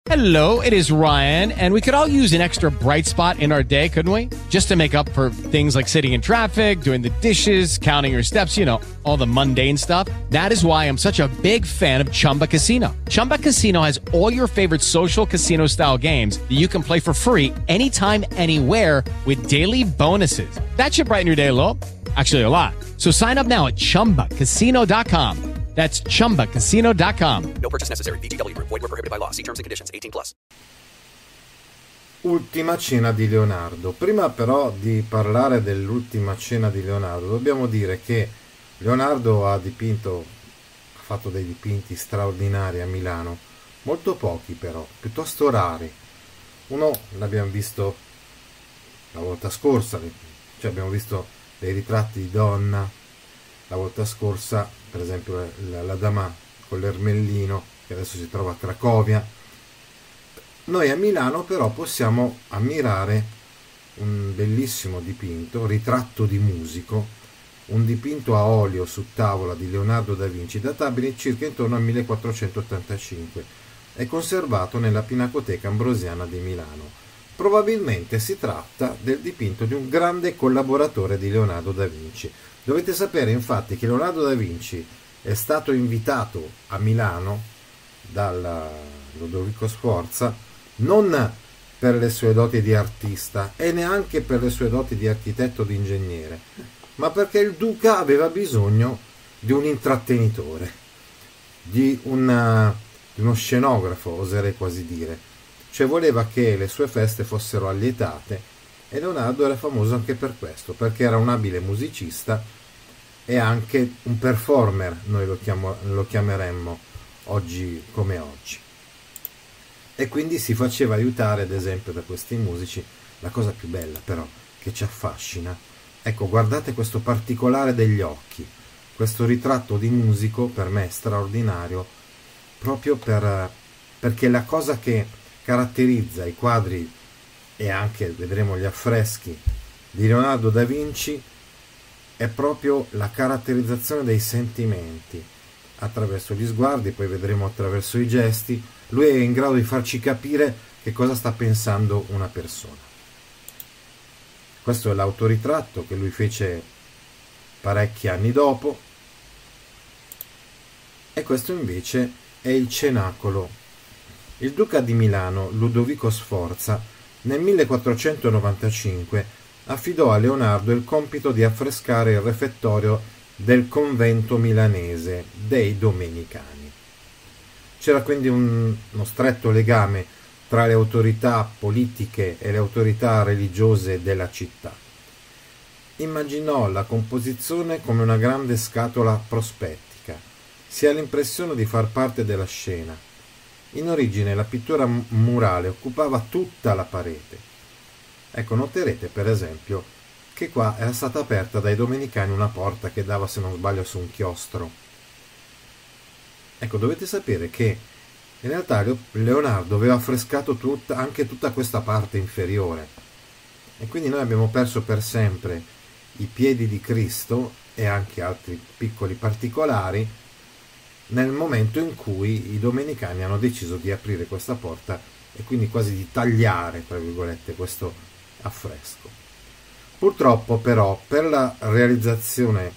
Hello, it is Ryan, and we could all use an extra bright spot in our day, couldn't we? Just to make up for things like sitting in traffic, doing the dishes, counting your steps, you know, all the mundane stuff. That is why I'm such a big fan of Chumba Casino. Chumba Casino has all your favorite social casino-style games that you can play for free anytime, anywhere with daily bonuses. That should brighten your day a little. Actually, a lot. So sign up now at ChumbaCasino.com. That's ChumbaCasino.com. No purchase necessary. VGW Group. Void where prohibited by law. See terms and conditions. 18+. Ultima cena di Leonardo. Prima però di parlare dell'ultima cena di Leonardo, dobbiamo dire che Leonardo ha fatto dei dipinti straordinari a Milano, molto pochi però, piuttosto rari. Uno l'abbiamo visto la volta scorsa, cioè abbiamo visto dei ritratti di donna la volta scorsa, per esempio la dama con l'ermellino che adesso si trova a Cracovia. Noi a Milano però possiamo ammirare un bellissimo dipinto, ritratto di musico, un dipinto a olio su tavola di Leonardo da Vinci, databile circa intorno al 1485, è conservato nella Pinacoteca Ambrosiana di Milano. Probabilmente si tratta del dipinto di un grande collaboratore di Leonardo da Vinci. Dovete sapere infatti che Leonardo da Vinci è stato invitato a Milano dal Ludovico Sforza non per le sue doti di artista e neanche per le sue doti di architetto o di ingegnere, ma perché il duca aveva bisogno di un intrattenitore, di uno scenografo, oserei quasi dire, cioè voleva che le sue feste fossero allietate. E Leonardo era famoso anche per questo, perché era un abile musicista e anche un performer, noi lo chiameremmo oggi come oggi. E quindi si faceva aiutare ad esempio da questi musici. La cosa più bella però, che ci affascina, ecco, guardate questo particolare degli occhi, questo ritratto di musico per me è straordinario, proprio perché la cosa che caratterizza i quadri e anche vedremo gli affreschi di Leonardo da Vinci è proprio la caratterizzazione dei sentimenti attraverso gli sguardi, poi vedremo attraverso i gesti. Lui è in grado di farci capire che cosa sta pensando una persona. Questo è l'autoritratto che lui fece parecchi anni dopo, e questo invece è il cenacolo. Il duca di Milano Ludovico Sforza nel 1495 affidò a Leonardo il compito di affrescare il refettorio del convento milanese dei Domenicani. C'era quindi uno stretto legame tra le autorità politiche e le autorità religiose della città. Immaginò la composizione come una grande scatola prospettica. Si ha l'impressione di far parte della scena. In origine la pittura murale occupava tutta la parete. Ecco, noterete per esempio che qua era stata aperta dai Domenicani una porta che dava, se non sbaglio, su un chiostro. Ecco, dovete sapere che in realtà Leonardo aveva affrescato anche tutta questa parte inferiore, e quindi noi abbiamo perso per sempre i piedi di Cristo e anche altri piccoli particolari nel momento in cui i Domenicani hanno deciso di aprire questa porta e quindi quasi di tagliare, tra virgolette, questo affresco. Purtroppo però per la realizzazione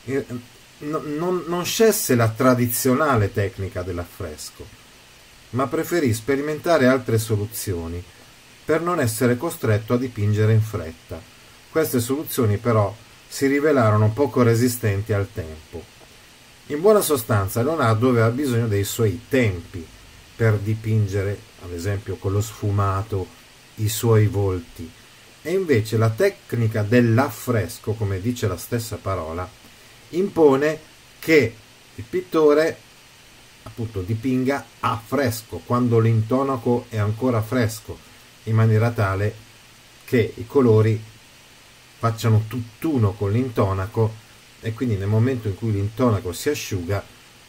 non scelse la tradizionale tecnica dell'affresco, ma preferì sperimentare altre soluzioni per non essere costretto a dipingere in fretta. Queste soluzioni però si rivelarono poco resistenti al tempo. In buona sostanza Leonardo aveva bisogno dei suoi tempi per dipingere, ad esempio con lo sfumato, i suoi volti, e invece la tecnica dell'affresco, come dice la stessa parola, impone che il pittore appunto dipinga a fresco, quando l'intonaco è ancora fresco, in maniera tale che i colori facciano tutt'uno con l'intonaco, e quindi nel momento in cui l'intonaco si asciuga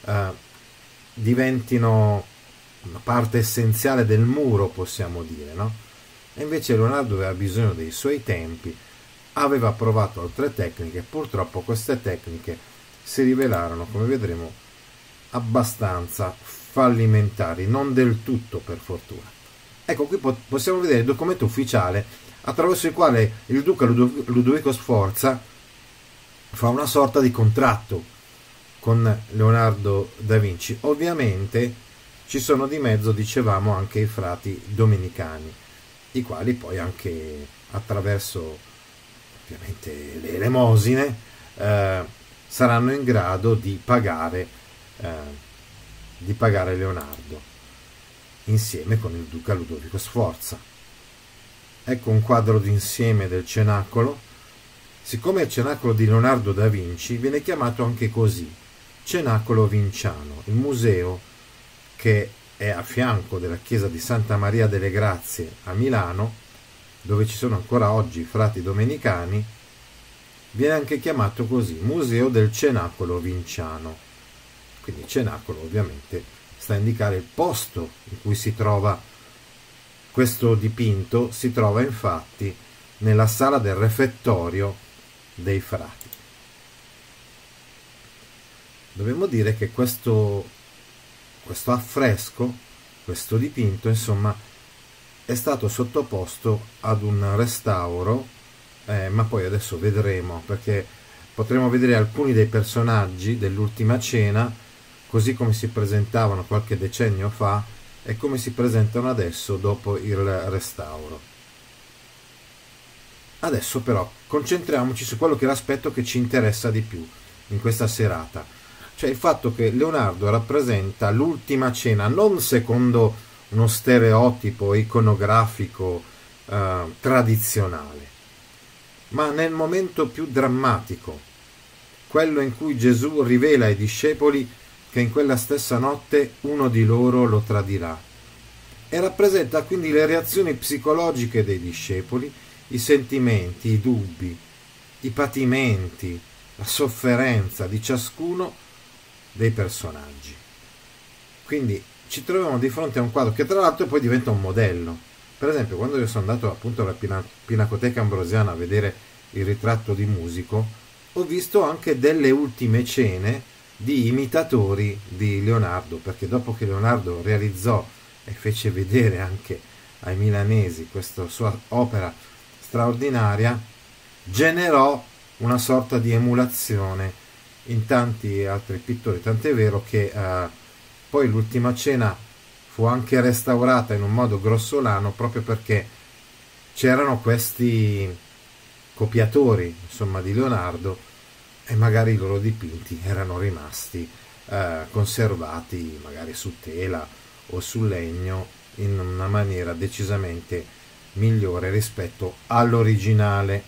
diventino una parte essenziale del muro, possiamo dire, no? E invece Leonardo aveva bisogno dei suoi tempi, aveva provato altre tecniche, purtroppo queste tecniche si rivelarono, come vedremo, abbastanza fallimentari, non del tutto per fortuna. Ecco, qui possiamo vedere il documento ufficiale attraverso il quale il duca Ludovico Sforza fa una sorta di contratto con Leonardo da Vinci. Ovviamente ci sono di mezzo, dicevamo, anche i frati domenicani, i quali poi anche attraverso ovviamente le elemosine saranno in grado di pagare Leonardo insieme con il duca Ludovico Sforza. Ecco un quadro d'insieme del cenacolo. Siccome il cenacolo di Leonardo da Vinci viene chiamato anche così, Cenacolo Vinciano, il museo che è a fianco della chiesa di Santa Maria delle Grazie a Milano, dove ci sono ancora oggi i frati domenicani, viene anche chiamato così, Museo del Cenacolo Vinciano. Quindi cenacolo ovviamente sta a indicare il posto in cui si trova questo dipinto. Si trova infatti nella sala del refettorio dei frati. Dobbiamo dire che questo affresco, questo dipinto, insomma, è stato sottoposto ad un restauro, ma poi adesso vedremo, perché potremo vedere alcuni dei personaggi dell'Ultima Cena, così come si presentavano qualche decennio fa e come si presentano adesso dopo il restauro. Adesso però concentriamoci su quello che è l'aspetto che ci interessa di più in questa serata, cioè il fatto che Leonardo rappresenta l'Ultima Cena non secondo uno stereotipo iconografico tradizionale, ma nel momento più drammatico, quello in cui Gesù rivela ai discepoli che in quella stessa notte uno di loro lo tradirà, e rappresenta quindi le reazioni psicologiche dei discepoli, i sentimenti, i dubbi, i patimenti, la sofferenza di ciascuno dei personaggi. Quindi ci troviamo di fronte a un quadro che tra l'altro poi diventa un modello. Per esempio, quando io sono andato appunto alla Pinacoteca Ambrosiana a vedere il ritratto di Musico, ho visto anche delle ultime cene di imitatori di Leonardo, perché dopo che Leonardo realizzò e fece vedere anche ai milanesi questa sua opera straordinaria, generò una sorta di emulazione in tanti altri pittori, tant'è vero che poi l'Ultima Cena fu anche restaurata in un modo grossolano proprio perché c'erano questi copiatori, insomma, di Leonardo, e magari i loro dipinti erano rimasti conservati magari su tela o su legno in una maniera decisamente migliore rispetto all'originale.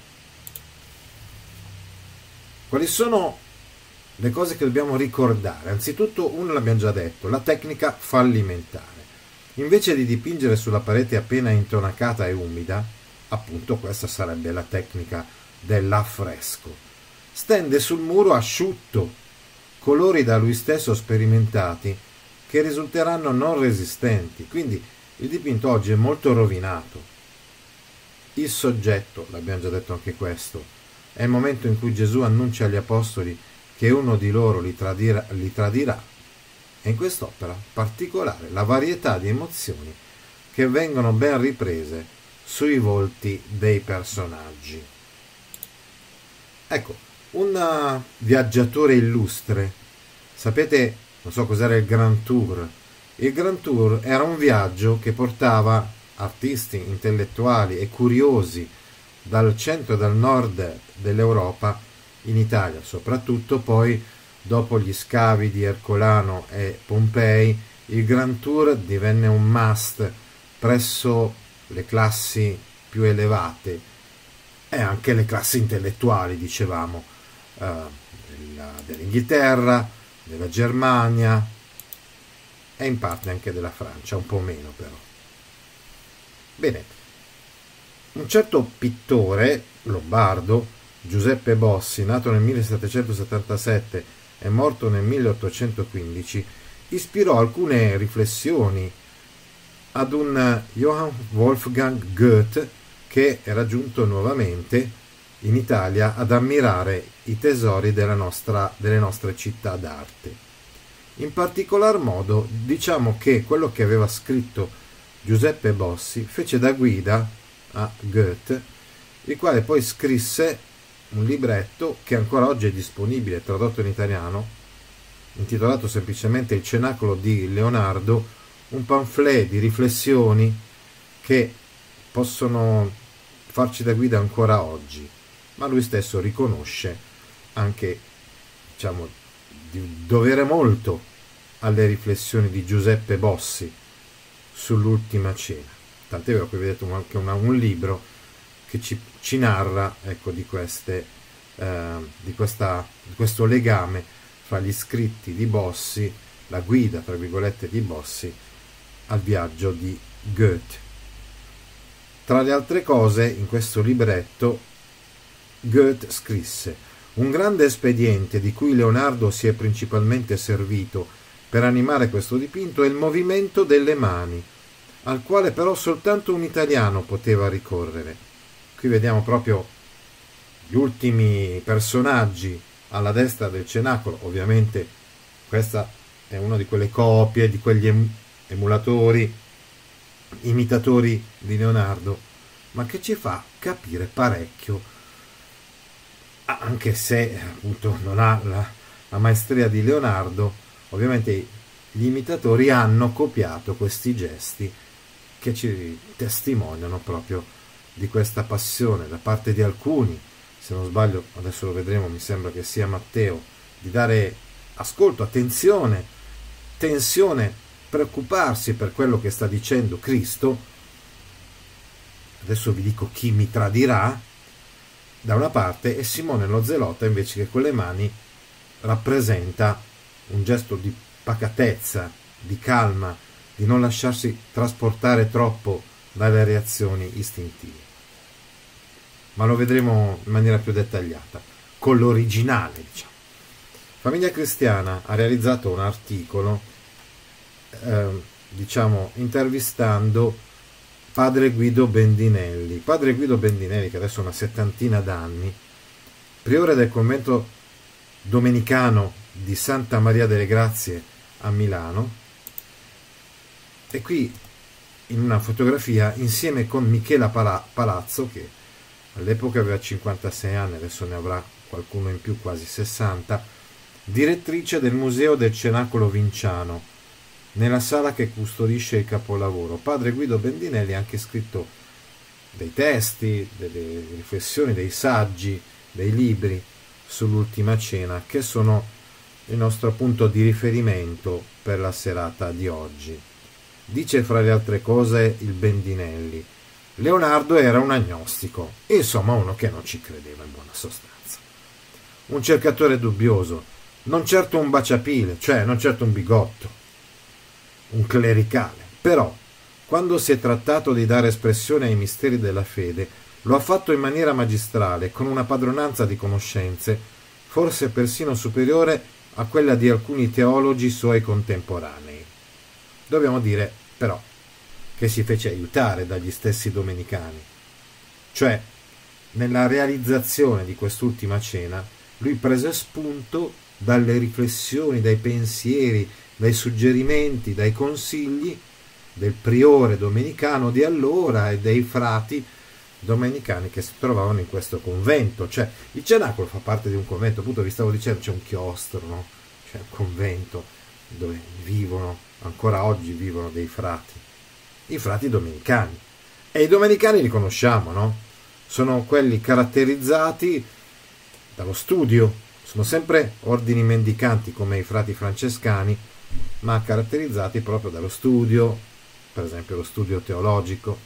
Quali sono le cose che dobbiamo ricordare? Anzitutto, uno l'abbiamo già detto, la tecnica fallimentare. Invece di dipingere sulla parete appena intonacata e umida, appunto questa sarebbe la tecnica dell'affresco, stende sul muro asciutto colori da lui stesso sperimentati che risulteranno non resistenti, quindi il dipinto oggi è molto rovinato. Il soggetto, l'abbiamo già detto anche questo, è il momento in cui Gesù annuncia agli apostoli che uno di loro li tradirà, e in quest'opera particolare la varietà di emozioni che vengono ben riprese sui volti dei personaggi. Ecco, un viaggiatore illustre, sapete, non so cos'era il Grand Tour. Il Grand Tour era un viaggio che portava artisti, intellettuali e curiosi dal centro e dal nord dell'Europa in Italia, soprattutto poi dopo gli scavi di Ercolano e Pompei. Il Grand Tour divenne un must presso le classi più elevate e anche le classi intellettuali, dicevamo, dell'Inghilterra, della Germania e in parte anche della Francia, un po' meno però. Bene, un certo pittore lombardo, Giuseppe Bossi, nato nel 1777 e morto nel 1815, ispirò alcune riflessioni ad un Johann Wolfgang Goethe che era giunto nuovamente in Italia ad ammirare i tesori delle nostre città d'arte. In particolar modo diciamo che quello che aveva scritto Giuseppe Bossi fece da guida a Goethe, il quale poi scrisse un libretto che ancora oggi è disponibile, tradotto in italiano, intitolato semplicemente Il Cenacolo di Leonardo, un pamphlet di riflessioni che possono farci da guida ancora oggi, ma lui stesso riconosce anche, diciamo, di dovere molto alle riflessioni di Giuseppe Bossi sull'ultima cena. Tant'è vero che vi ho detto anche un libro che ci narra, ecco, di questo legame fra gli scritti di Bossi, la guida tra virgolette di Bossi al viaggio di Goethe. Tra le altre cose, in questo libretto Goethe scrisse: un grande espediente di cui Leonardo si è principalmente servito per animare questo dipinto è il movimento delle mani, al quale però soltanto un italiano poteva ricorrere. Qui vediamo proprio gli ultimi personaggi alla destra del cenacolo. Ovviamente questa è una di quelle copie, di quegli emulatori, imitatori di Leonardo, ma che ci fa capire parecchio, anche se appunto non ha la maestria di Leonardo. Ovviamente gli imitatori hanno copiato questi gesti che ci testimoniano proprio di questa passione da parte di alcuni, se non sbaglio, adesso lo vedremo, mi sembra che sia Matteo, di dare ascolto, attenzione, tensione, preoccuparsi per quello che sta dicendo Cristo. Adesso vi dico chi mi tradirà da una parte, e Simone lo Zelota invece, che con le mani rappresenta un gesto di pacatezza, di calma, di non lasciarsi trasportare troppo dalle reazioni istintive. Ma lo vedremo in maniera più dettagliata, con l'originale, diciamo. Famiglia Cristiana ha realizzato un articolo, intervistando padre Guido Bendinelli. Padre Guido Bendinelli, che adesso ha una settantina d'anni, priore del convento domenicano di Santa Maria delle Grazie a Milano, e qui in una fotografia insieme con Michela Palazzo, che all'epoca aveva 56 anni, adesso ne avrà qualcuno in più, quasi 60, direttrice del Museo del Cenacolo Vinciano, nella sala che custodisce il capolavoro. Padre Guido Bendinelli ha anche scritto dei testi, delle riflessioni, dei saggi, dei libri sull'ultima cena, che sono il nostro punto di riferimento per la serata di oggi. Dice fra le altre cose il Bendinelli: Leonardo era un agnostico, insomma uno che non ci credeva, in buona sostanza. Un cercatore dubbioso, non certo un baciapile, cioè non certo un bigotto, un clericale. Però, quando si è trattato di dare espressione ai misteri della fede, lo ha fatto in maniera magistrale, con una padronanza di conoscenze, forse persino superiore a quella di alcuni teologi suoi contemporanei. Dobbiamo dire, però, che si fece aiutare dagli stessi domenicani. Cioè, nella realizzazione di quest'ultima cena, lui prese spunto dalle riflessioni, dai pensieri, dai suggerimenti, dai consigli del priore domenicano di allora e dei frati domenicani che si trovavano in questo convento. Cioè, il cenacolo fa parte di un convento, appunto vi stavo dicendo, c'è un chiostro, no? C'è un convento dove ancora oggi vivono dei frati, i frati domenicani, e i domenicani li conosciamo, no? Sono quelli caratterizzati dallo studio, sono sempre ordini mendicanti come i frati francescani, ma caratterizzati proprio dallo studio, per esempio lo studio teologico.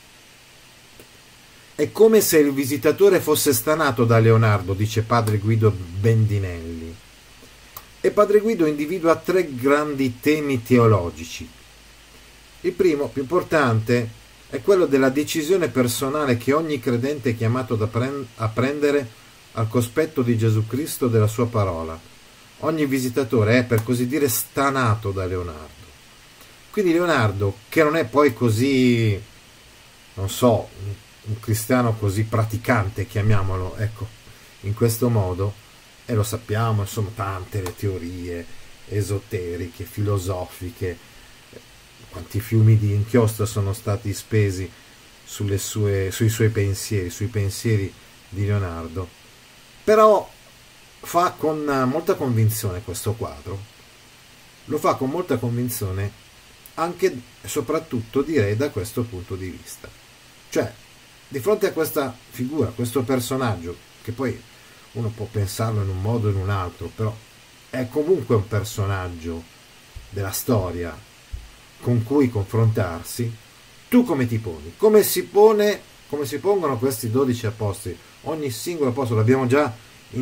È come se il visitatore fosse stanato da Leonardo, dice padre Guido Bendinelli. E padre Guido individua 3 grandi temi teologici. Il primo, più importante, è quello della decisione personale che ogni credente è chiamato a prendere al cospetto di Gesù Cristo e della sua parola. Ogni visitatore è, per così dire, stanato da Leonardo. Quindi Leonardo, che non è poi così, non so, un cristiano così praticante, chiamiamolo, ecco, in questo modo, e lo sappiamo, insomma, tante le teorie esoteriche, filosofiche, quanti fiumi di inchiostro sono stati spesi sui suoi pensieri, sui pensieri di Leonardo. Però fa con molta convinzione questo quadro, lo fa con molta convinzione anche e soprattutto, direi, da questo punto di vista. Cioè, di fronte a questa figura, questo personaggio, che poi uno può pensarlo in un modo o in un altro, però è comunque un personaggio della storia con cui confrontarsi, tu come ti poni? Come si pongono questi 12 apostoli? Ogni singolo apostolo l'abbiamo già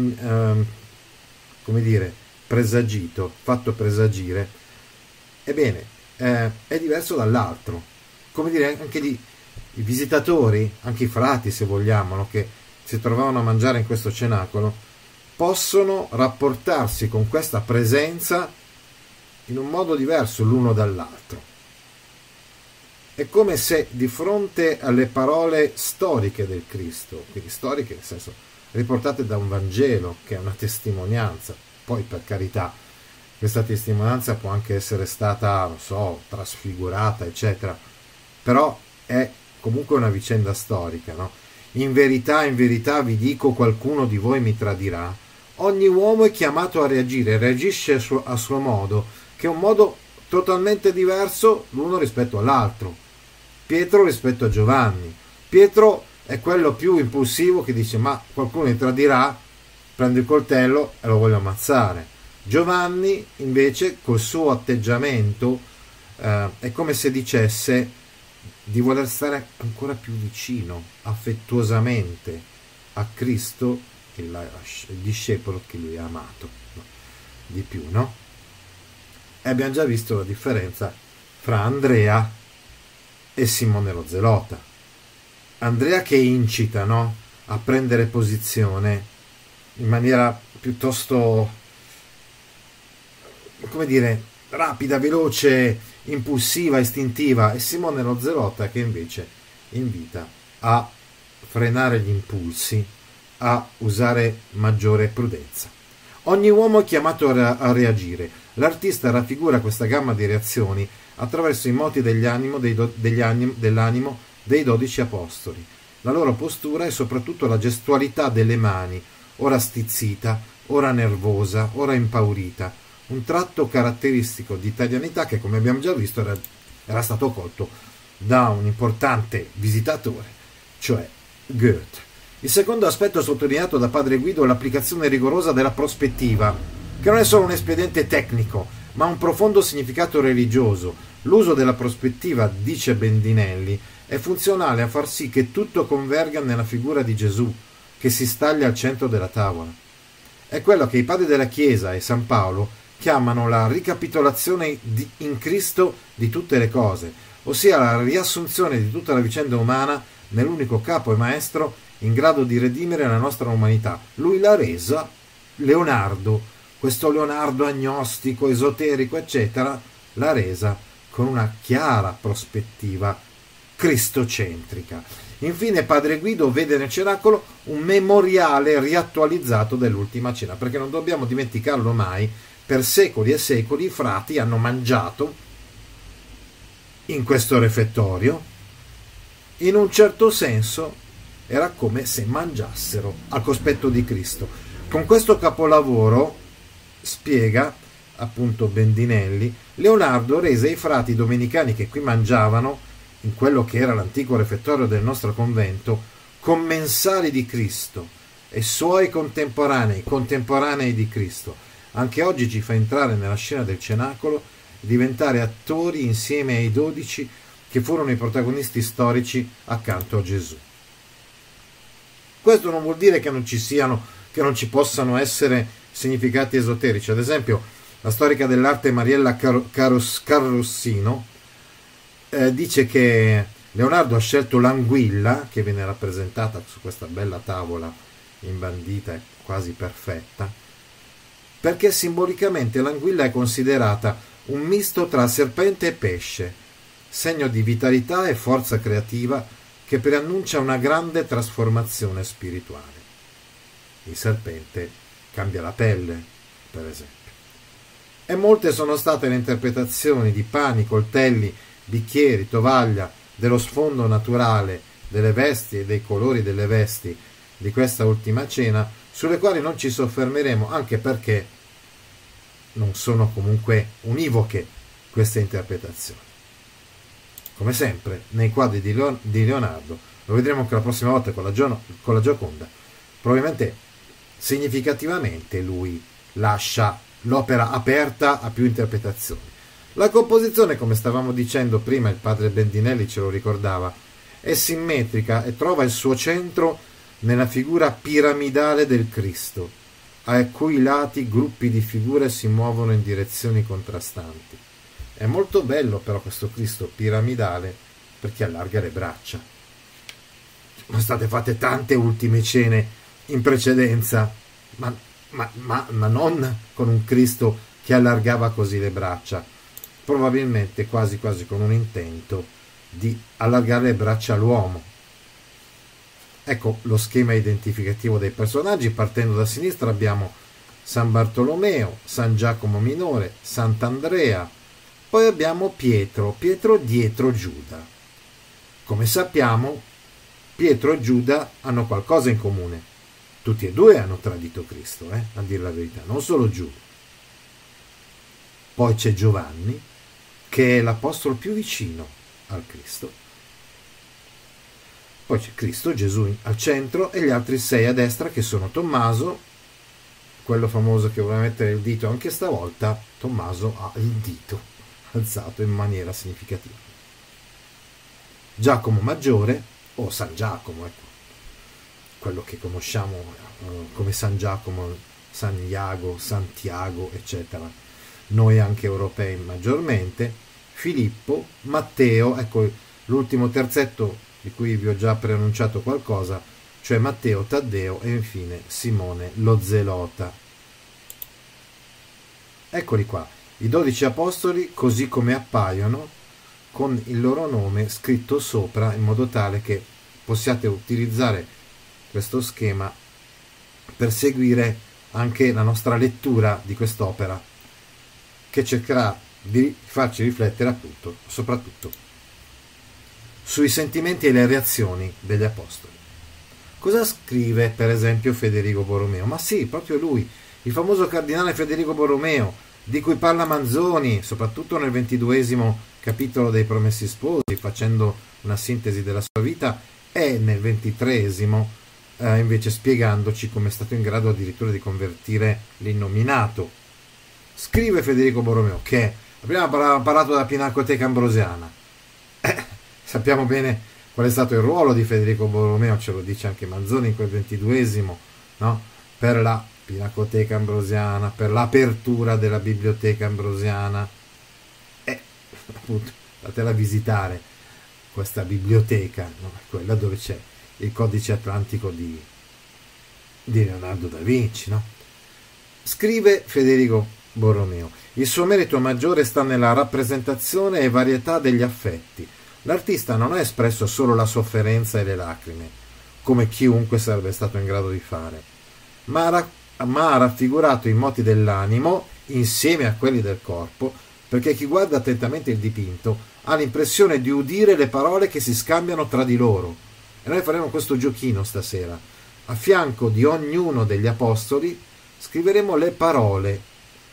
presagito, fatto presagire. Ebbene, è diverso dall'altro. Come dire, anche i visitatori, anche i frati, se vogliamo, no, che si trovavano a mangiare in questo cenacolo, possono rapportarsi con questa presenza in un modo diverso l'uno dall'altro. È come se di fronte alle parole storiche del Cristo, quindi storiche nel senso riportate da un Vangelo, che è una testimonianza, poi per carità, questa testimonianza può anche essere stata, non so, trasfigurata, eccetera, però è comunque una vicenda storica, no? In verità vi dico, qualcuno di voi mi tradirà. Ogni uomo è chiamato a reagire, reagisce a suo modo, che è un modo totalmente diverso l'uno rispetto all'altro. Pietro rispetto a Giovanni. Pietro è quello più impulsivo che dice: ma qualcuno mi tradirà, prendo il coltello e lo voglio ammazzare. Giovanni invece col suo atteggiamento è come se dicesse di voler stare ancora più vicino, affettuosamente, a Cristo, il discepolo che lui ha amato, no? Di più, no? E abbiamo già visto la differenza fra Andrea e Simone lo Zelota. Andrea che incita, no, a prendere posizione in maniera piuttosto, come dire, rapida, veloce, impulsiva, istintiva, e Simone lo Zelota che invece invita a frenare gli impulsi, a usare maggiore prudenza. Ogni uomo è chiamato a reagire. L'artista raffigura questa gamma di reazioni attraverso i moti dell'animo dei 12 apostoli, la loro postura e soprattutto la gestualità delle mani, ora stizzita, ora nervosa, ora impaurita, un tratto caratteristico di italianità che, come abbiamo già visto, era stato colto da un importante visitatore, cioè Goethe. Il secondo aspetto sottolineato da padre Guido è l'applicazione rigorosa della prospettiva, che non è solo un espediente tecnico, ma ha un profondo significato religioso. L'uso della prospettiva, dice Bendinelli, è funzionale a far sì che tutto converga nella figura di Gesù, che si staglia al centro della tavola. È quello che i padri della Chiesa e San Paolo chiamano la ricapitolazione in Cristo di tutte le cose, ossia la riassunzione di tutta la vicenda umana nell'unico capo e maestro in grado di redimere la nostra umanità. Lui l'ha resa, Leonardo, questo Leonardo agnostico, esoterico, eccetera, l'ha resa con una chiara prospettiva cristocentrica. Infine padre Guido vede nel cenacolo un memoriale riattualizzato dell'ultima cena, perché non dobbiamo dimenticarlo mai, per secoli e secoli i frati hanno mangiato in questo refettorio. In un certo senso era come se mangiassero al cospetto di Cristo. Con questo capolavoro, spiega appunto Bendinelli, Leonardo rese ai frati domenicani che qui mangiavano in quello che era l'antico refettorio del nostro convento commensali di Cristo e suoi contemporanei di Cristo. Anche oggi ci fa entrare nella scena del cenacolo e diventare attori insieme ai 12 che furono i protagonisti storici accanto a Gesù. Questo non vuol dire che non ci possano essere significati esoterici. Ad esempio, la storica dell'arte Mariella Carrossino dice che Leonardo ha scelto l'anguilla, che viene rappresentata su questa bella tavola imbandita e quasi perfetta, perché simbolicamente l'anguilla è considerata un misto tra serpente e pesce, segno di vitalità e forza creativa che preannuncia una grande trasformazione spirituale. Il serpente cambia la pelle, per esempio. e molte sono state le interpretazioni di pani, coltelli, bicchieri, tovaglia, dello sfondo naturale delle vesti e dei colori delle vesti di questa ultima cena, sulle quali non ci soffermeremo, anche perché non sono comunque univoche queste interpretazioni. Come sempre, nei quadri di Leonardo, lo vedremo anche la prossima volta con la Gioconda, probabilmente significativamente lui lascia l'opera aperta a più interpretazioni. La composizione, come stavamo dicendo prima, il padre Bendinelli ce lo ricordava, è simmetrica e trova il suo centro nella figura piramidale del Cristo, a cui lati gruppi di figure si muovono in direzioni contrastanti. È molto bello però questo Cristo piramidale perché allarga le braccia. Sono state fatte tante ultime cene in precedenza, ma non con un Cristo che allargava così le braccia, probabilmente quasi con un intento di allargare le braccia all'uomo. Ecco lo schema identificativo dei personaggi. Partendo da sinistra abbiamo San Bartolomeo, San Giacomo Minore, Sant'Andrea, poi abbiamo Pietro dietro Giuda. Come sappiamo, Pietro e Giuda hanno qualcosa in comune. Tutti e due hanno tradito Cristo, a dire la verità, non solo Giuda. Poi c'è Giovanni, che è l'apostolo più vicino al Cristo. Poi c'è Cristo, Gesù al centro, e gli altri 6 a destra, che sono Tommaso, quello famoso che voleva mettere il dito anche stavolta. Tommaso ha il dito alzato in maniera significativa. Giacomo Maggiore, o San Giacomo, ecco, quello che conosciamo come San Giacomo, San Iago, Santiago, eccetera, noi anche europei maggiormente. Filippo, Matteo, ecco l'ultimo terzetto di cui vi ho già preannunciato qualcosa, cioè Matteo, Taddeo e infine Simone lo Zelota. Eccoli qua, i 12 apostoli così come appaiono, con il loro nome scritto sopra, in modo tale che possiate utilizzare questo schema per seguire anche la nostra lettura di quest'opera, che cercherà di farci riflettere appunto soprattutto sui sentimenti e le reazioni degli apostoli. Cosa scrive per esempio Federico Borromeo? Ma sì, proprio lui, il famoso cardinale Federico Borromeo, di cui parla Manzoni, soprattutto nel 22esimo capitolo dei Promessi Sposi, facendo una sintesi della sua vita, e nel 23esimo invece spiegandoci come è stato in grado addirittura di convertire l'innominato. Scrive Federico Borromeo che abbiamo parlato della Pinacoteca Ambrosiana. Sappiamo bene qual è stato il ruolo di Federico Borromeo, ce lo dice anche Manzoni in quel 22esimo, no? Per la Pinacoteca Ambrosiana, per l'apertura della Biblioteca Ambrosiana. Appunto, andatela a visitare questa biblioteca, no? Quella dove c'è il codice atlantico di Leonardo da Vinci, no? Scrive Federico Borromeo: il suo merito maggiore sta nella rappresentazione e varietà degli affetti. L'artista non ha espresso solo la sofferenza e le lacrime, come chiunque sarebbe stato in grado di fare, ma ha raffigurato i moti dell'animo insieme a quelli del corpo, perché chi guarda attentamente il dipinto ha l'impressione di udire le parole che si scambiano tra di loro. E noi faremo questo giochino stasera. A fianco di ognuno degli apostoli scriveremo le parole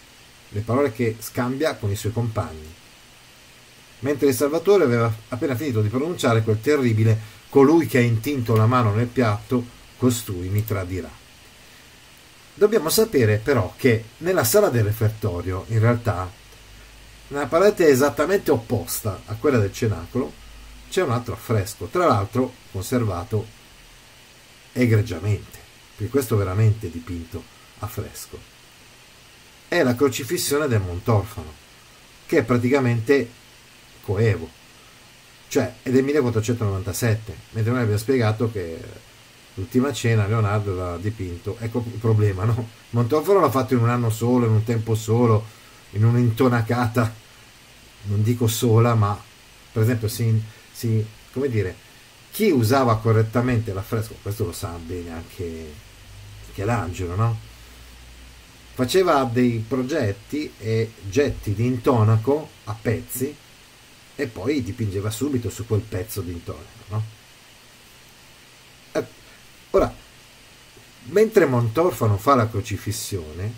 che scambia con i suoi compagni, mentre il Salvatore aveva appena finito di pronunciare quel terribile "colui che ha intinto la mano nel piatto, costui mi tradirà". Dobbiamo sapere però che nella sala del refettorio, in realtà, nella parete esattamente opposta a quella del cenacolo, c'è un altro affresco, tra l'altro conservato egregiamente, perché questo è veramente dipinto a fresco. È la crocifissione del Montofano, che è praticamente coevo, cioè è del 1497, mentre noi abbiamo spiegato che l'ultima cena Leonardo l'ha dipinto. Ecco il problema, no? Montofano l'ha fatto in un anno solo, in un tempo solo, in un'intonacata, non dico sola, ma per esempio come dire, chi usava correttamente l'affresco, questo lo sa bene anche l'Angelo, no? faceva dei progetti e getti di intonaco a pezzi e poi dipingeva subito su quel pezzo di intonaco, no? Ora, mentre Montorfano fa la crocifissione,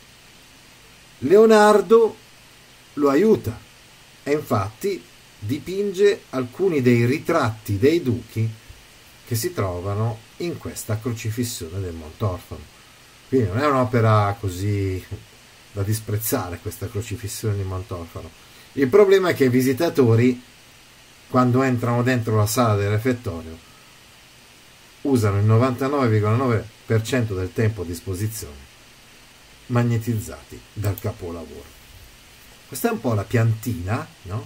Leonardo lo aiuta e infatti dipinge alcuni dei ritratti dei duchi che si trovano in questa crocifissione del Montorfano. Quindi non è un'opera così da disprezzare, questa crocifissione di Montorfano. Il problema è che i visitatori, quando entrano dentro la sala del refettorio, usano il 99,9% del tempo a disposizione magnetizzati dal capolavoro. Questa è un po' la piantina, no?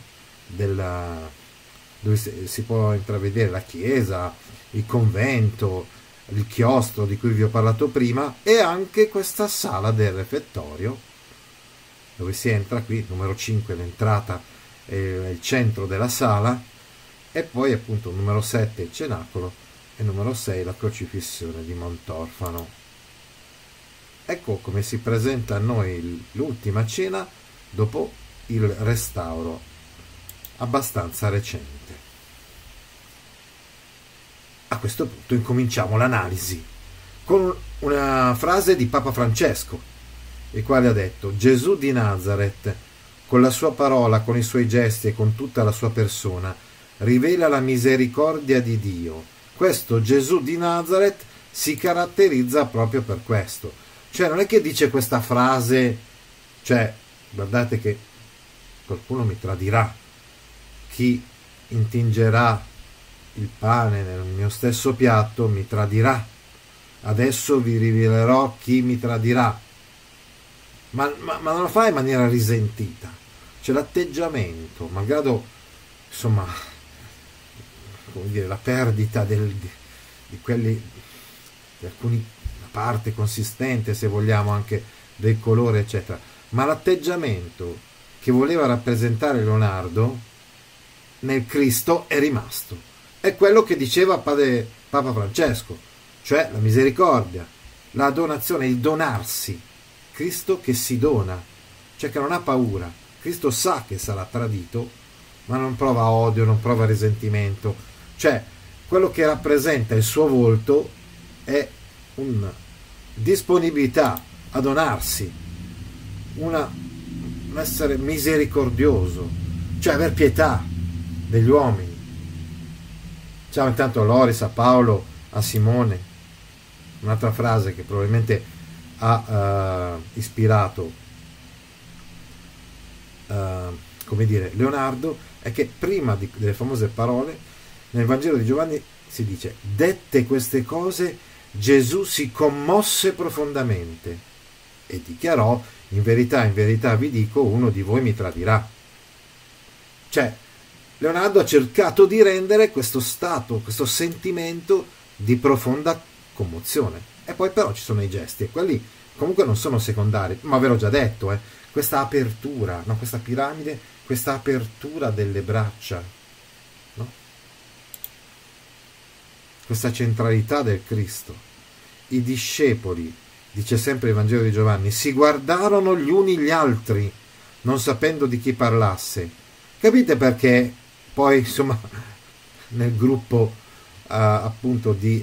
Dove si può intravedere la chiesa, il convento, il chiostro di cui vi ho parlato prima, e anche questa sala del refettorio dove si entra. Qui numero 5 l'entrata è il centro della sala, e poi appunto numero 7 il cenacolo e numero 6 la crocifissione di Montorfano. Ecco come si presenta a noi l'ultima cena dopo il restauro abbastanza recente. A questo punto incominciamo l'analisi con una frase di Papa Francesco, il quale ha detto: Gesù di Nazareth, con la sua parola, con i suoi gesti e con tutta la sua persona, rivela la misericordia di Dio. Questo Gesù di Nazareth si caratterizza proprio per questo. Cioè non è che dice questa frase, cioè guardate che qualcuno mi tradirà, chi intingerà il pane nel mio stesso piatto mi tradirà, adesso vi rivelerò chi mi tradirà. Ma non lo fa in maniera risentita. C'è l'atteggiamento, malgrado insomma, come dire, la perdita di quelli, di alcuni, una parte consistente, se vogliamo, anche del colore eccetera, ma l'atteggiamento che voleva rappresentare Leonardo nel Cristo è rimasto. È quello che diceva Papa Francesco, cioè la misericordia, la donazione, il donarsi. Cristo che si dona, cioè che non ha paura. Cristo sa che sarà tradito, ma non prova odio, non prova risentimento. Cioè, quello che rappresenta il suo volto è una disponibilità a donarsi, un essere misericordioso, cioè aver pietà degli uomini. Ciao intanto a Loris, a Paolo, a Simone. Un'altra frase che probabilmente ha ispirato come dire Leonardo è che prima delle famose parole nel Vangelo di Giovanni si dice: dette queste cose Gesù si commosse profondamente e dichiarò: in verità vi dico, uno di voi mi tradirà. Cioè Leonardo ha cercato di rendere questo stato, questo sentimento di profonda commozione. E poi però ci sono i gesti, e quelli comunque non sono secondari, ma ve l'ho già detto, questa apertura, no? Questa piramide, questa apertura delle braccia, no? Questa centralità del Cristo. I discepoli, dice sempre il Vangelo di Giovanni, si guardarono gli uni gli altri, non sapendo di chi parlasse. Capite perché poi, insomma, nel gruppo appunto di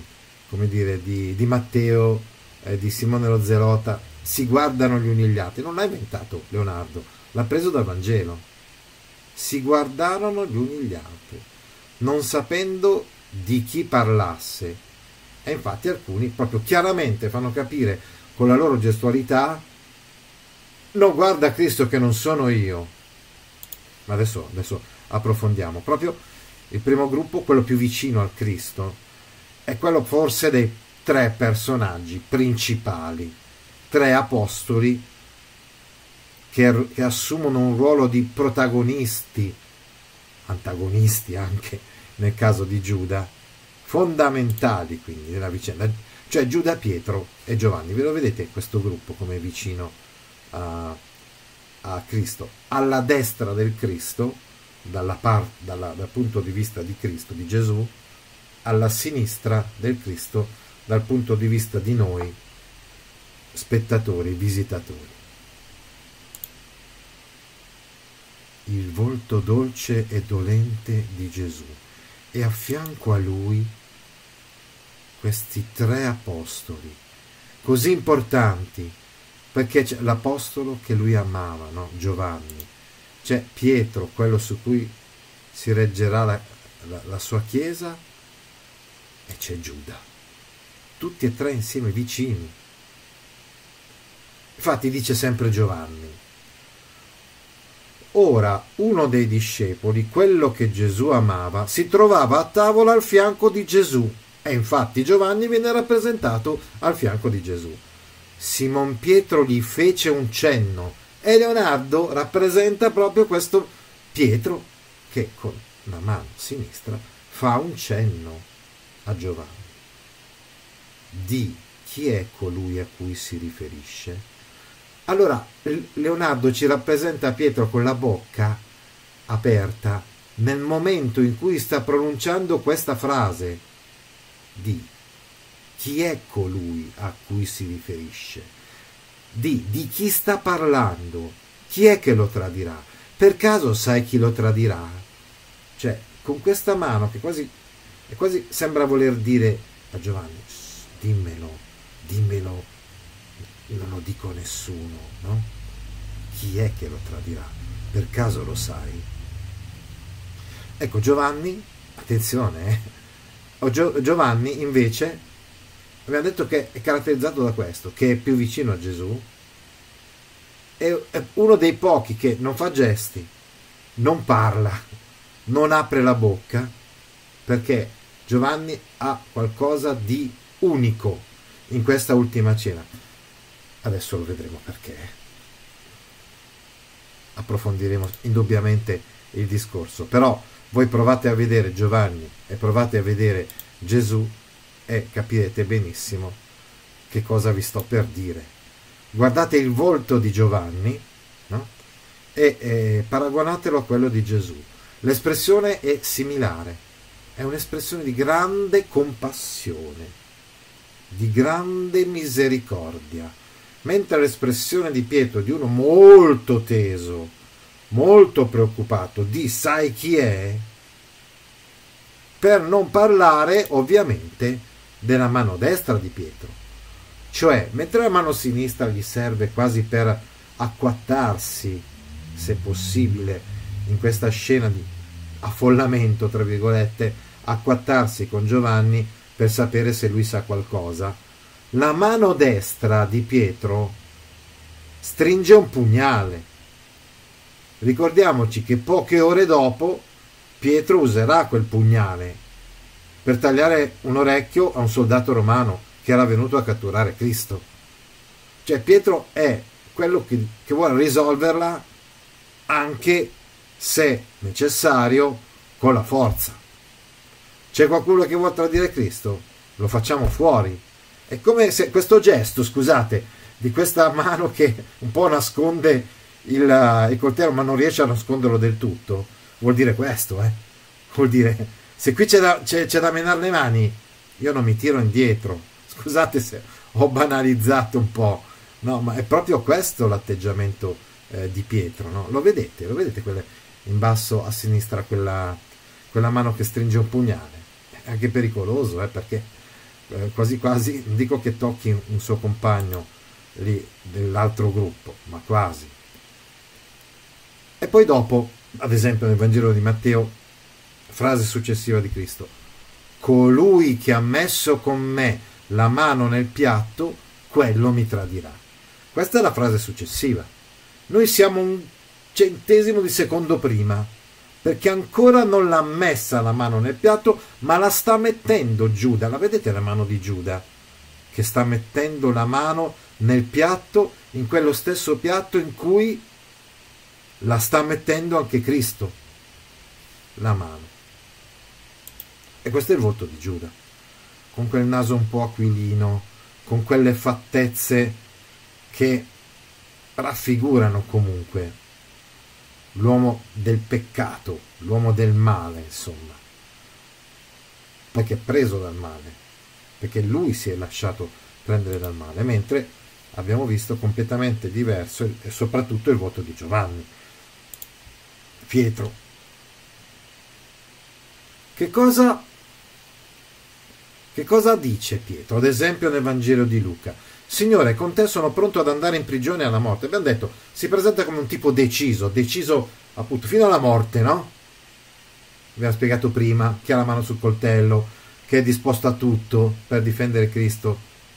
Matteo, di Simone lo Zelota, si guardano gli uni gli altri? Non l'ha inventato Leonardo, l'ha preso dal Vangelo. Si guardarono gli uni gli altri, non sapendo di chi parlasse. E infatti alcuni proprio chiaramente fanno capire con la loro gestualità: no, guarda Cristo che non sono io. Ma adesso approfondiamo. Proprio il primo gruppo, quello più vicino al Cristo, è quello forse dei tre personaggi principali, tre apostoli che assumono un ruolo di protagonisti, antagonisti anche nel caso di Giuda, fondamentali quindi nella vicenda, cioè Giuda, Pietro e Giovanni. Ve lo vedete questo gruppo come vicino a Cristo, alla destra del Cristo, dal punto di vista di Cristo, di Gesù, alla sinistra del Cristo dal punto di vista di noi, spettatori, visitatori. Il volto dolce e dolente di Gesù e a fianco a lui questi tre apostoli così importanti, perché c'è l'apostolo che lui amava, no? Giovanni, c'è Pietro, quello su cui si reggerà la sua chiesa, e c'è Giuda, tutti e tre insieme vicini. Infatti dice sempre Giovanni: ora uno dei discepoli, quello che Gesù amava, si trovava a tavola al fianco di Gesù, e infatti Giovanni viene rappresentato al fianco di Gesù. Simon Pietro gli fece un cenno e Leonardo rappresenta proprio questo Pietro che con la mano sinistra fa un cenno a Giovanni. Di chi è colui a cui si riferisce? Allora Leonardo ci rappresenta Pietro con la bocca aperta nel momento in cui sta pronunciando questa frase. Di chi è colui a cui si riferisce? Di chi sta parlando? Chi è che lo tradirà? Per caso sai chi lo tradirà? Cioè, con questa mano che quasi sembra voler dire a Giovanni: dimmelo, non lo dico a nessuno, no? Chi è che lo tradirà? Per caso lo sai? Ecco, Giovanni, attenzione, Giovanni invece abbiamo detto che è caratterizzato da questo, che è più vicino a Gesù, è uno dei pochi che non fa gesti, non parla, non apre la bocca, perché Giovanni ha qualcosa di unico in questa ultima cena. Adesso lo vedremo perché. Approfondiremo indubbiamente il discorso, però voi provate a vedere Giovanni e provate a vedere Gesù e capirete benissimo che cosa vi sto per dire. Guardate il volto di Giovanni, no? E paragonatelo a quello di Gesù. L'espressione è similare, è un'espressione di grande compassione, di grande misericordia, mentre l'espressione di Pietro è di uno molto teso, molto preoccupato di sai chi è, per non parlare ovviamente della mano destra di Pietro. Cioè, mentre la mano sinistra gli serve quasi per acquattarsi, se possibile, in questa scena di affollamento, tra virgolette, acquattarsi con Giovanni per sapere se lui sa qualcosa, la mano destra di Pietro stringe un pugnale. Ricordiamoci che poche ore dopo Pietro userà quel pugnale per tagliare un orecchio a un soldato romano che era venuto a catturare Cristo. Cioè Pietro è quello che vuole risolverla, anche se necessario, con la forza. C'è qualcuno che vuole tradire Cristo? Lo facciamo fuori. È come se questo gesto, scusate, di questa mano che un po' nasconde il coltello ma non riesce a nasconderlo del tutto, vuol dire questo, vuol dire, se qui c'è da menare le mani, io non mi tiro indietro. Scusate se ho banalizzato un po', no, ma è proprio questo l'atteggiamento di Pietro, no? Lo vedete quelle in basso a sinistra, quella mano che stringe un pugnale? È anche pericoloso, perché quasi quasi, non dico che tocchi un suo compagno lì dell'altro gruppo, ma quasi. E poi dopo, ad esempio nel Vangelo di Matteo, frase successiva di Cristo: colui che ha messo con me la mano nel piatto, quello mi tradirà. Questa è la frase successiva. Noi siamo un centesimo di secondo prima, perché ancora non l'ha messa la mano nel piatto, ma la sta mettendo Giuda. La vedete la mano di Giuda? Che sta mettendo la mano nel piatto, in quello stesso piatto in cui la sta mettendo anche Cristo, la mano. E questo è il volto di Giuda, con quel naso un po' aquilino, con quelle fattezze che raffigurano comunque l'uomo del peccato, l'uomo del male, insomma, perché è preso dal male, perché lui si è lasciato prendere dal male, mentre abbiamo visto completamente diverso e soprattutto il voto di Giovanni. Pietro, che cosa dice Pietro, ad esempio nel Vangelo di Luca? Signore, con te sono pronto ad andare in prigione alla morte. Abbiamo detto, si presenta come un tipo deciso appunto fino alla morte, no? Abbiamo spiegato prima, che ha la mano sul coltello, che è disposto a tutto per difendere Cristo.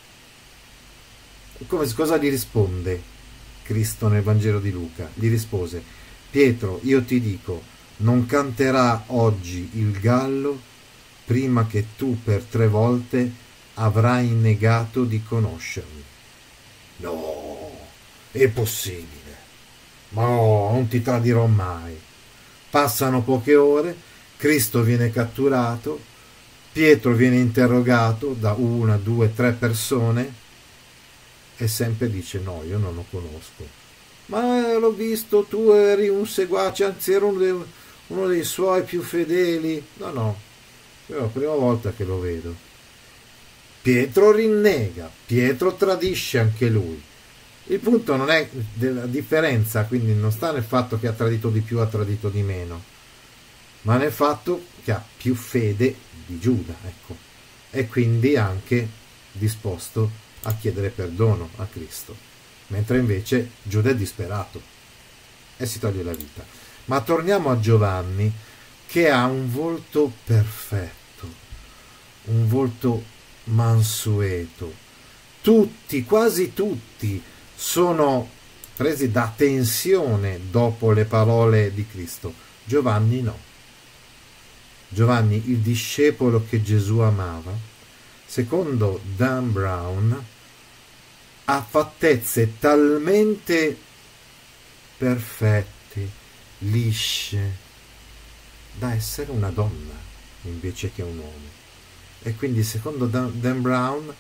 Cosa gli risponde Cristo nel Vangelo di Luca? Gli rispose, Pietro, io ti dico, non canterà oggi il gallo prima che tu per 3 volte avrai negato di conoscermi. No, è possibile. Ma no, non ti tradirò mai. Passano poche ore, Cristo viene catturato, Pietro viene interrogato da 1, 2, 3 persone e sempre dice no, io non lo conosco. Ma l'ho visto, tu eri un seguace, anzi ero uno dei suoi più fedeli. No, è la prima volta che lo vedo. Pietro rinnega, Pietro tradisce anche lui. Il punto non è della differenza, quindi non sta nel fatto che ha tradito di più, ha tradito di meno, ma nel fatto che ha più fede di Giuda, ecco, e quindi anche disposto a chiedere perdono a Cristo, mentre invece Giuda è disperato e si toglie la vita. Ma torniamo a Giovanni, che ha un volto perfetto, un volto mansueto. Tutti, quasi tutti, sono presi da tensione dopo le parole di Cristo. Giovanni no. Giovanni, il discepolo che Gesù amava, secondo Dan Brown, ha fattezze talmente perfette, lisce, da essere una donna invece che un uomo. E quindi secondo Dan Brown,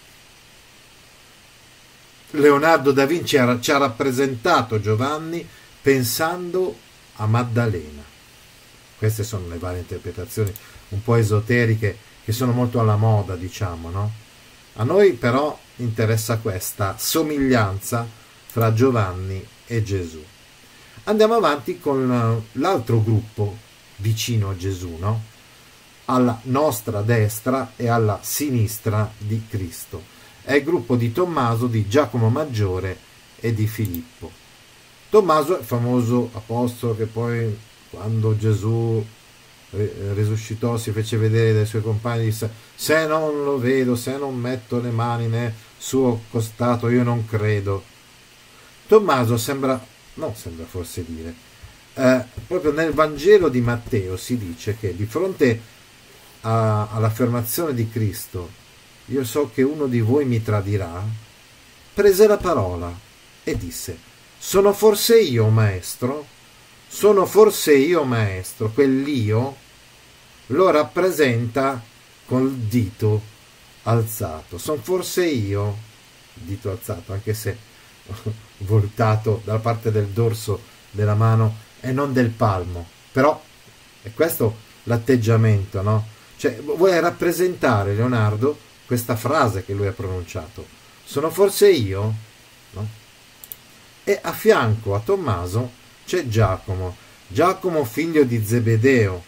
Leonardo da Vinci ci ha rappresentato Giovanni pensando a Maddalena. Queste sono le varie interpretazioni un po' esoteriche che sono molto alla moda, diciamo, no? A noi però interessa questa somiglianza fra Giovanni e Gesù. Andiamo avanti con l'altro gruppo vicino a Gesù, no? Alla nostra destra e alla sinistra di Cristo. È il gruppo di Tommaso, di Giacomo Maggiore e di Filippo. Tommaso è il famoso apostolo che poi, quando Gesù risuscitò, si fece vedere dai suoi compagni e disse: se non lo vedo, se non metto le mani nel suo costato, io non credo. Tommaso sembra forse dire, proprio nel Vangelo di Matteo si dice che di fronte all'affermazione di Cristo, io so che uno di voi mi tradirà, prese la parola e disse: sono forse io, maestro? Sono forse io, maestro? Quell'io lo rappresenta col dito alzato. Sono forse io, dito alzato, anche se voltato dalla parte del dorso della mano e non del palmo. Però è questo l'atteggiamento, no? Cioè, vuole rappresentare, Leonardo, questa frase che lui ha pronunciato. Sono forse io? No? E a fianco a Tommaso c'è Giacomo figlio di Zebedeo.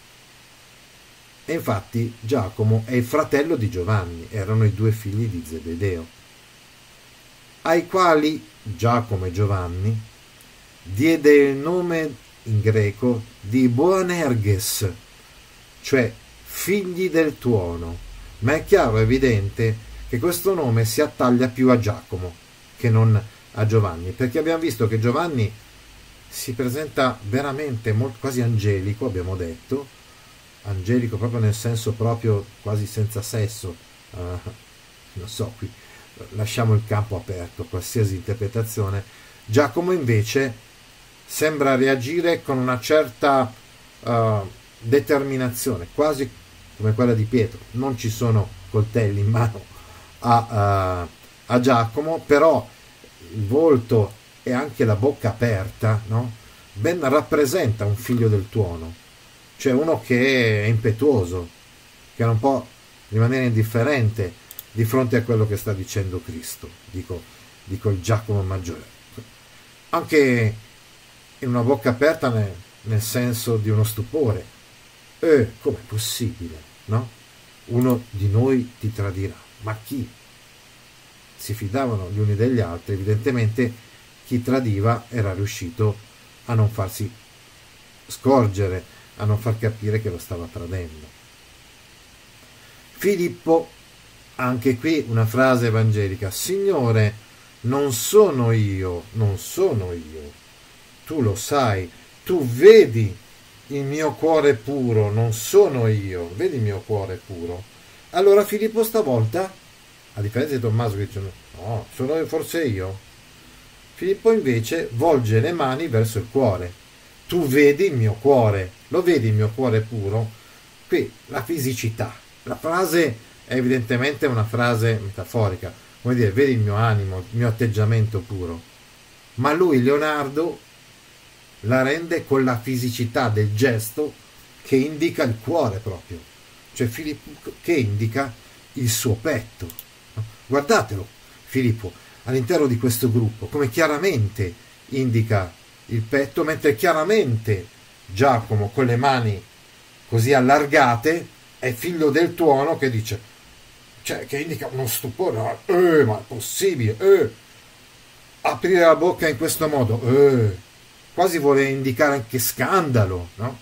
E infatti Giacomo è il fratello di Giovanni, erano i 2 figli di Zebedeo, ai quali Giacomo e Giovanni diede il nome in greco di Boanerges, cioè figli del tuono. Ma è chiaro, evidente, che questo nome si attaglia più a Giacomo che non a Giovanni, perché abbiamo visto che Giovanni si presenta veramente molto, quasi angelico, abbiamo detto, angelico proprio nel senso proprio quasi senza sesso, non so, qui lasciamo il campo aperto, qualsiasi interpretazione. Giacomo invece sembra reagire con una certa determinazione, quasi come quella di Pietro. Non ci sono coltelli in mano a Giacomo, però il volto e anche la bocca aperta, no? Ben rappresenta un figlio del tuono, cioè uno che è impetuoso, che non può rimanere indifferente di fronte a quello che sta dicendo Cristo. Dico dico il Giacomo maggiore, anche in una bocca aperta nel senso di uno stupore. Com'è possibile, no? Uno di noi ti tradirà. Ma chi? Si fidavano gli uni degli altri, evidentemente chi tradiva era riuscito a non farsi scorgere, a non far capire che lo stava tradendo. Filippo, anche qui una frase evangelica: Signore, non sono io, tu lo sai, tu vedi il mio cuore puro, non sono io, vedi il mio cuore puro. Allora Filippo stavolta, a differenza di Tommaso che dice no, sono forse io, Filippo invece volge le mani verso il cuore. Tu vedi il mio cuore, lo vedi il mio cuore puro? Qui la fisicità, la frase è evidentemente una frase metaforica, come dire, vedi il mio animo, il mio atteggiamento puro. Ma lui, Leonardo, la rende con la fisicità del gesto che indica il cuore proprio, cioè Filippo che indica il suo petto. Guardatelo Filippo all'interno di questo gruppo come chiaramente indica il petto, mentre chiaramente Giacomo con le mani così allargate è figlio del tuono che dice, cioè che indica uno stupore, ma è possibile, aprire la bocca in questo modo, quasi vuole indicare anche scandalo, no?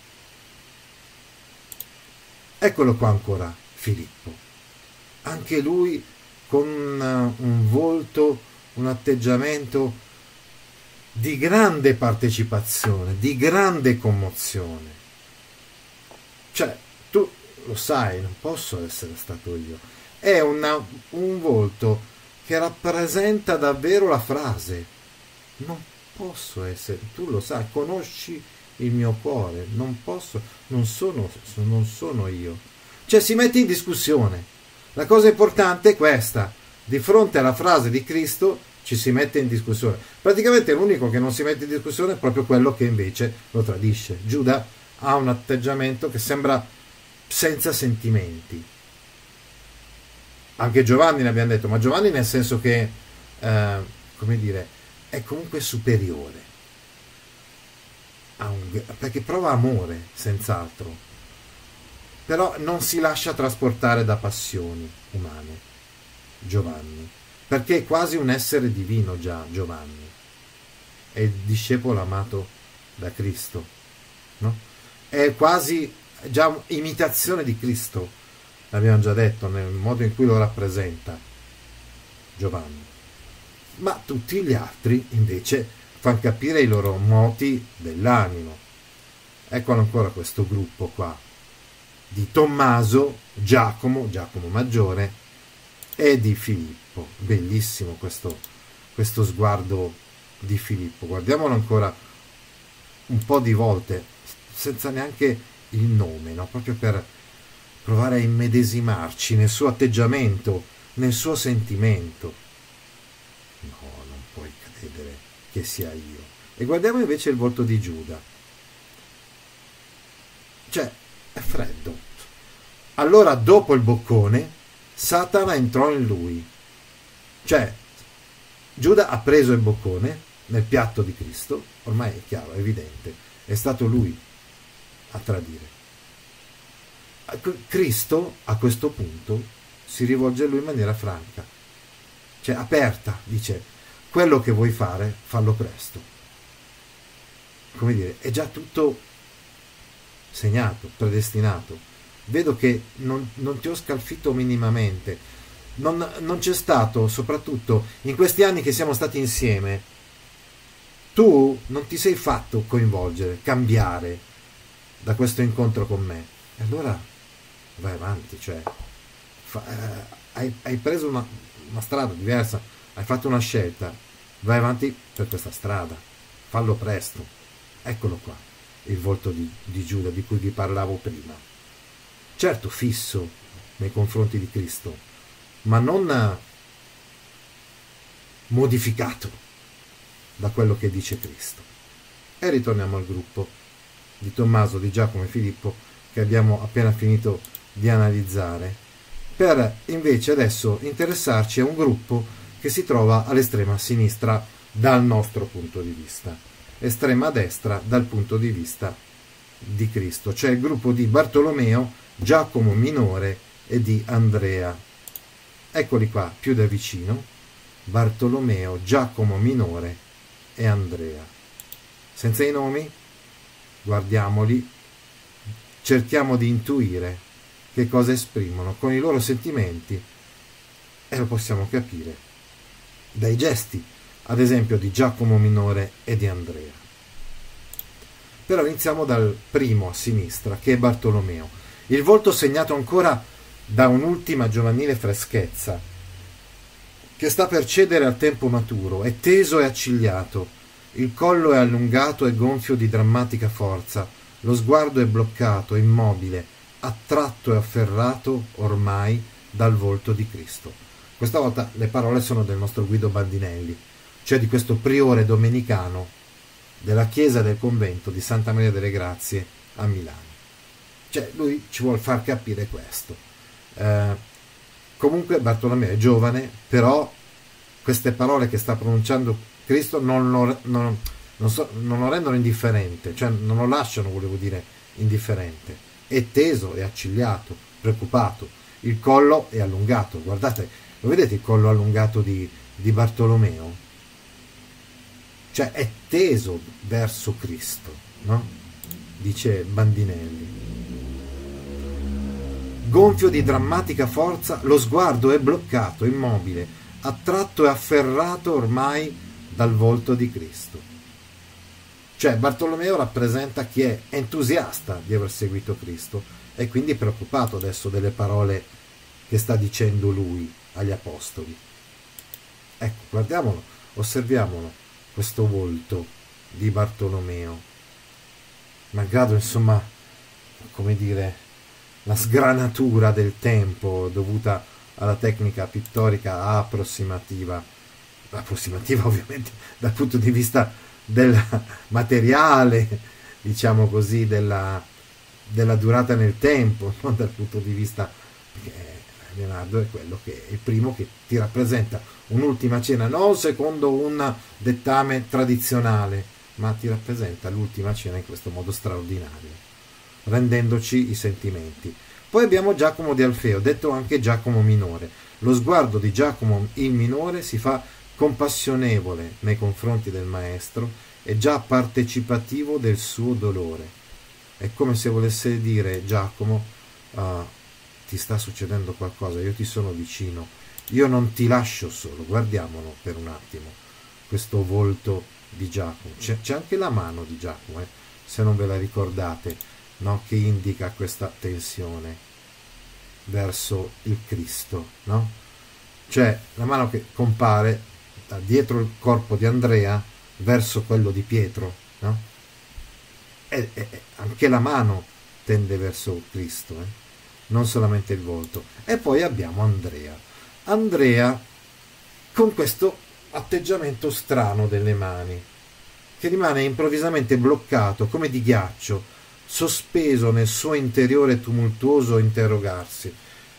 Eccolo qua ancora Filippo, anche lui con un volto, un atteggiamento di grande partecipazione, di grande commozione. Cioè, tu lo sai, non posso essere stato io. È un volto che rappresenta davvero la frase. Non posso essere, tu lo sai, conosci il mio cuore, non posso, non sono io. Cioè si mette in discussione. La cosa importante è questa: di fronte alla frase di Cristo ci si mette in discussione. Praticamente l'unico che non si mette in discussione è proprio quello che invece lo tradisce. Giuda ha un atteggiamento che sembra senza sentimenti. Anche Giovanni ne abbiamo detto, ma Giovanni nel senso che, come dire, è comunque superiore, perché prova amore, senz'altro, però non si lascia trasportare da passioni umane, Giovanni, perché è quasi un essere divino già Giovanni, è il discepolo amato da Cristo, no? È quasi già imitazione di Cristo, l'abbiamo già detto, nel modo in cui lo rappresenta Giovanni. Ma tutti gli altri invece fanno capire i loro moti dell'animo. Eccolo ancora questo gruppo qua di Tommaso, Giacomo maggiore e di Filippo. Bellissimo questo sguardo di Filippo. Guardiamolo ancora un po' di volte senza neanche il nome, no? Proprio per provare a immedesimarci nel suo atteggiamento, nel suo sentimento. No, non puoi credere che sia io. E guardiamo invece il volto di Giuda. Cioè, è freddo. Allora, dopo il boccone, Satana entrò in lui. Cioè, Giuda ha preso il boccone nel piatto di Cristo, ormai è chiaro, è evidente, è stato lui a tradire. Cristo, a questo punto, si rivolge a lui in maniera franca, cioè aperta, dice: quello che vuoi fare, fallo presto. Come dire, è già tutto segnato, predestinato. Vedo che non ti ho scalfito minimamente, non c'è stato, soprattutto in questi anni che siamo stati insieme, tu non ti sei fatto coinvolgere, cambiare da questo incontro con me. E allora vai avanti, cioè hai preso una strada diversa, hai fatto una scelta, vai avanti per questa strada, fallo presto. Eccolo qua il volto di Giuda di cui vi parlavo prima, certo fisso nei confronti di Cristo, ma non modificato da quello che dice Cristo. E ritorniamo al gruppo di Tommaso, di Giacomo e Filippo che abbiamo appena finito di analizzare, per invece adesso interessarci a un gruppo che si trova all'estrema sinistra dal nostro punto di vista, estrema destra dal punto di vista di Cristo, cioè il gruppo di Bartolomeo, Giacomo minore e di Andrea. Eccoli qua, più da vicino: Bartolomeo, Giacomo minore e Andrea. Senza i nomi, guardiamoli, cerchiamo di intuire che cosa esprimono con i loro sentimenti, e lo possiamo capire dai gesti, ad esempio, di Giacomo minore e di Andrea. Però iniziamo dal primo a sinistra, che è Bartolomeo. Il volto segnato ancora da un'ultima giovanile freschezza, che sta per cedere al tempo maturo, è teso e accigliato, il collo è allungato e gonfio di drammatica forza, lo sguardo è bloccato, immobile, attratto e afferrato ormai dal volto di Cristo. Questa volta le parole sono del nostro Guido Bandinelli, cioè di questo priore domenicano della chiesa del convento di Santa Maria delle Grazie a Milano. Cioè lui ci vuol far capire questo. Comunque Bartolomeo è giovane, però queste parole che sta pronunciando Cristo non lo rendono indifferente, cioè non lo lasciano, volevo dire, indifferente. È teso, è accigliato, preoccupato, il collo è allungato. Guardate, lo vedete il collo allungato di Bartolomeo? Cioè è teso verso Cristo, no? Dice Bandinelli. Gonfio di drammatica forza, lo sguardo è bloccato, immobile, attratto e afferrato ormai dal volto di Cristo. Cioè Bartolomeo rappresenta chi è entusiasta di aver seguito Cristo e quindi preoccupato adesso delle parole che sta dicendo lui agli apostoli. Ecco, guardiamolo, osserviamolo, questo volto di Bartolomeo, malgrado, insomma, come dire, la sgranatura del tempo dovuta alla tecnica pittorica approssimativa ovviamente dal punto di vista del materiale, diciamo così, della durata nel tempo, non dal punto di vista, perché Leonardo è quello che è il primo che ti rappresenta un'ultima cena, non secondo un dettame tradizionale, ma ti rappresenta l'ultima cena in questo modo straordinario, rendendoci i sentimenti. Poi abbiamo Giacomo di Alfeo, detto anche Giacomo minore. Lo sguardo di Giacomo il minore si fa compassionevole nei confronti del maestro e già partecipativo del suo dolore. È come se volesse dire: Giacomo, ti sta succedendo qualcosa, io ti sono vicino, io non ti lascio solo. Guardiamolo per un attimo, questo volto di Giacomo. C'è anche la mano di Giacomo, se non ve la ricordate, no? Che indica questa tensione verso il Cristo, no? Cioè la mano che compare da dietro il corpo di Andrea verso quello di Pietro, no? E anche la mano tende verso Cristo, non solamente il volto. E poi abbiamo Andrea con questo atteggiamento strano delle mani, che rimane improvvisamente bloccato come di ghiaccio, sospeso nel suo interiore tumultuoso interrogarsi,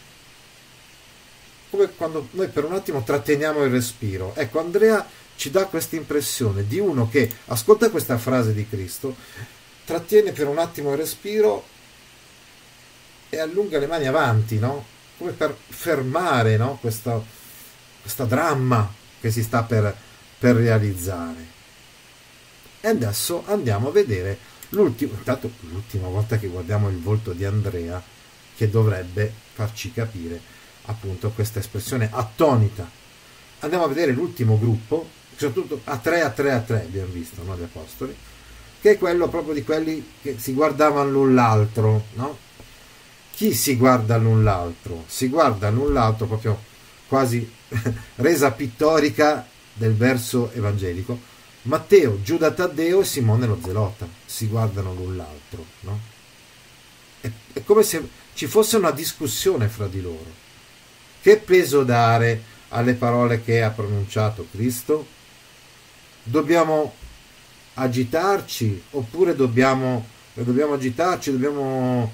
come quando noi per un attimo tratteniamo il respiro. Ecco, Andrea ci dà questa impressione di uno che ascolta questa frase di Cristo, trattiene per un attimo il respiro e allunga le mani avanti, no? Come per fermare, no? Questo dramma che si sta per realizzare. E adesso andiamo a vedere l'ultima volta che guardiamo il volto di Andrea, che dovrebbe farci capire appunto questa espressione attonita. Andiamo a vedere l'ultimo gruppo, soprattutto a tre abbiamo visto, no? Gli apostoli, che è quello proprio di quelli che si guardavano l'un l'altro, no? Chi si guarda l'un l'altro? Si guarda l'un l'altro, proprio quasi resa pittorica del verso evangelico. Matteo, Giuda Taddeo e Simone lo Zelota si guardano l'un l'altro, no? È come se ci fosse una discussione fra di loro. Che peso dare alle parole che ha pronunciato Cristo? Dobbiamo agitarci oppure dobbiamo agitarci, dobbiamo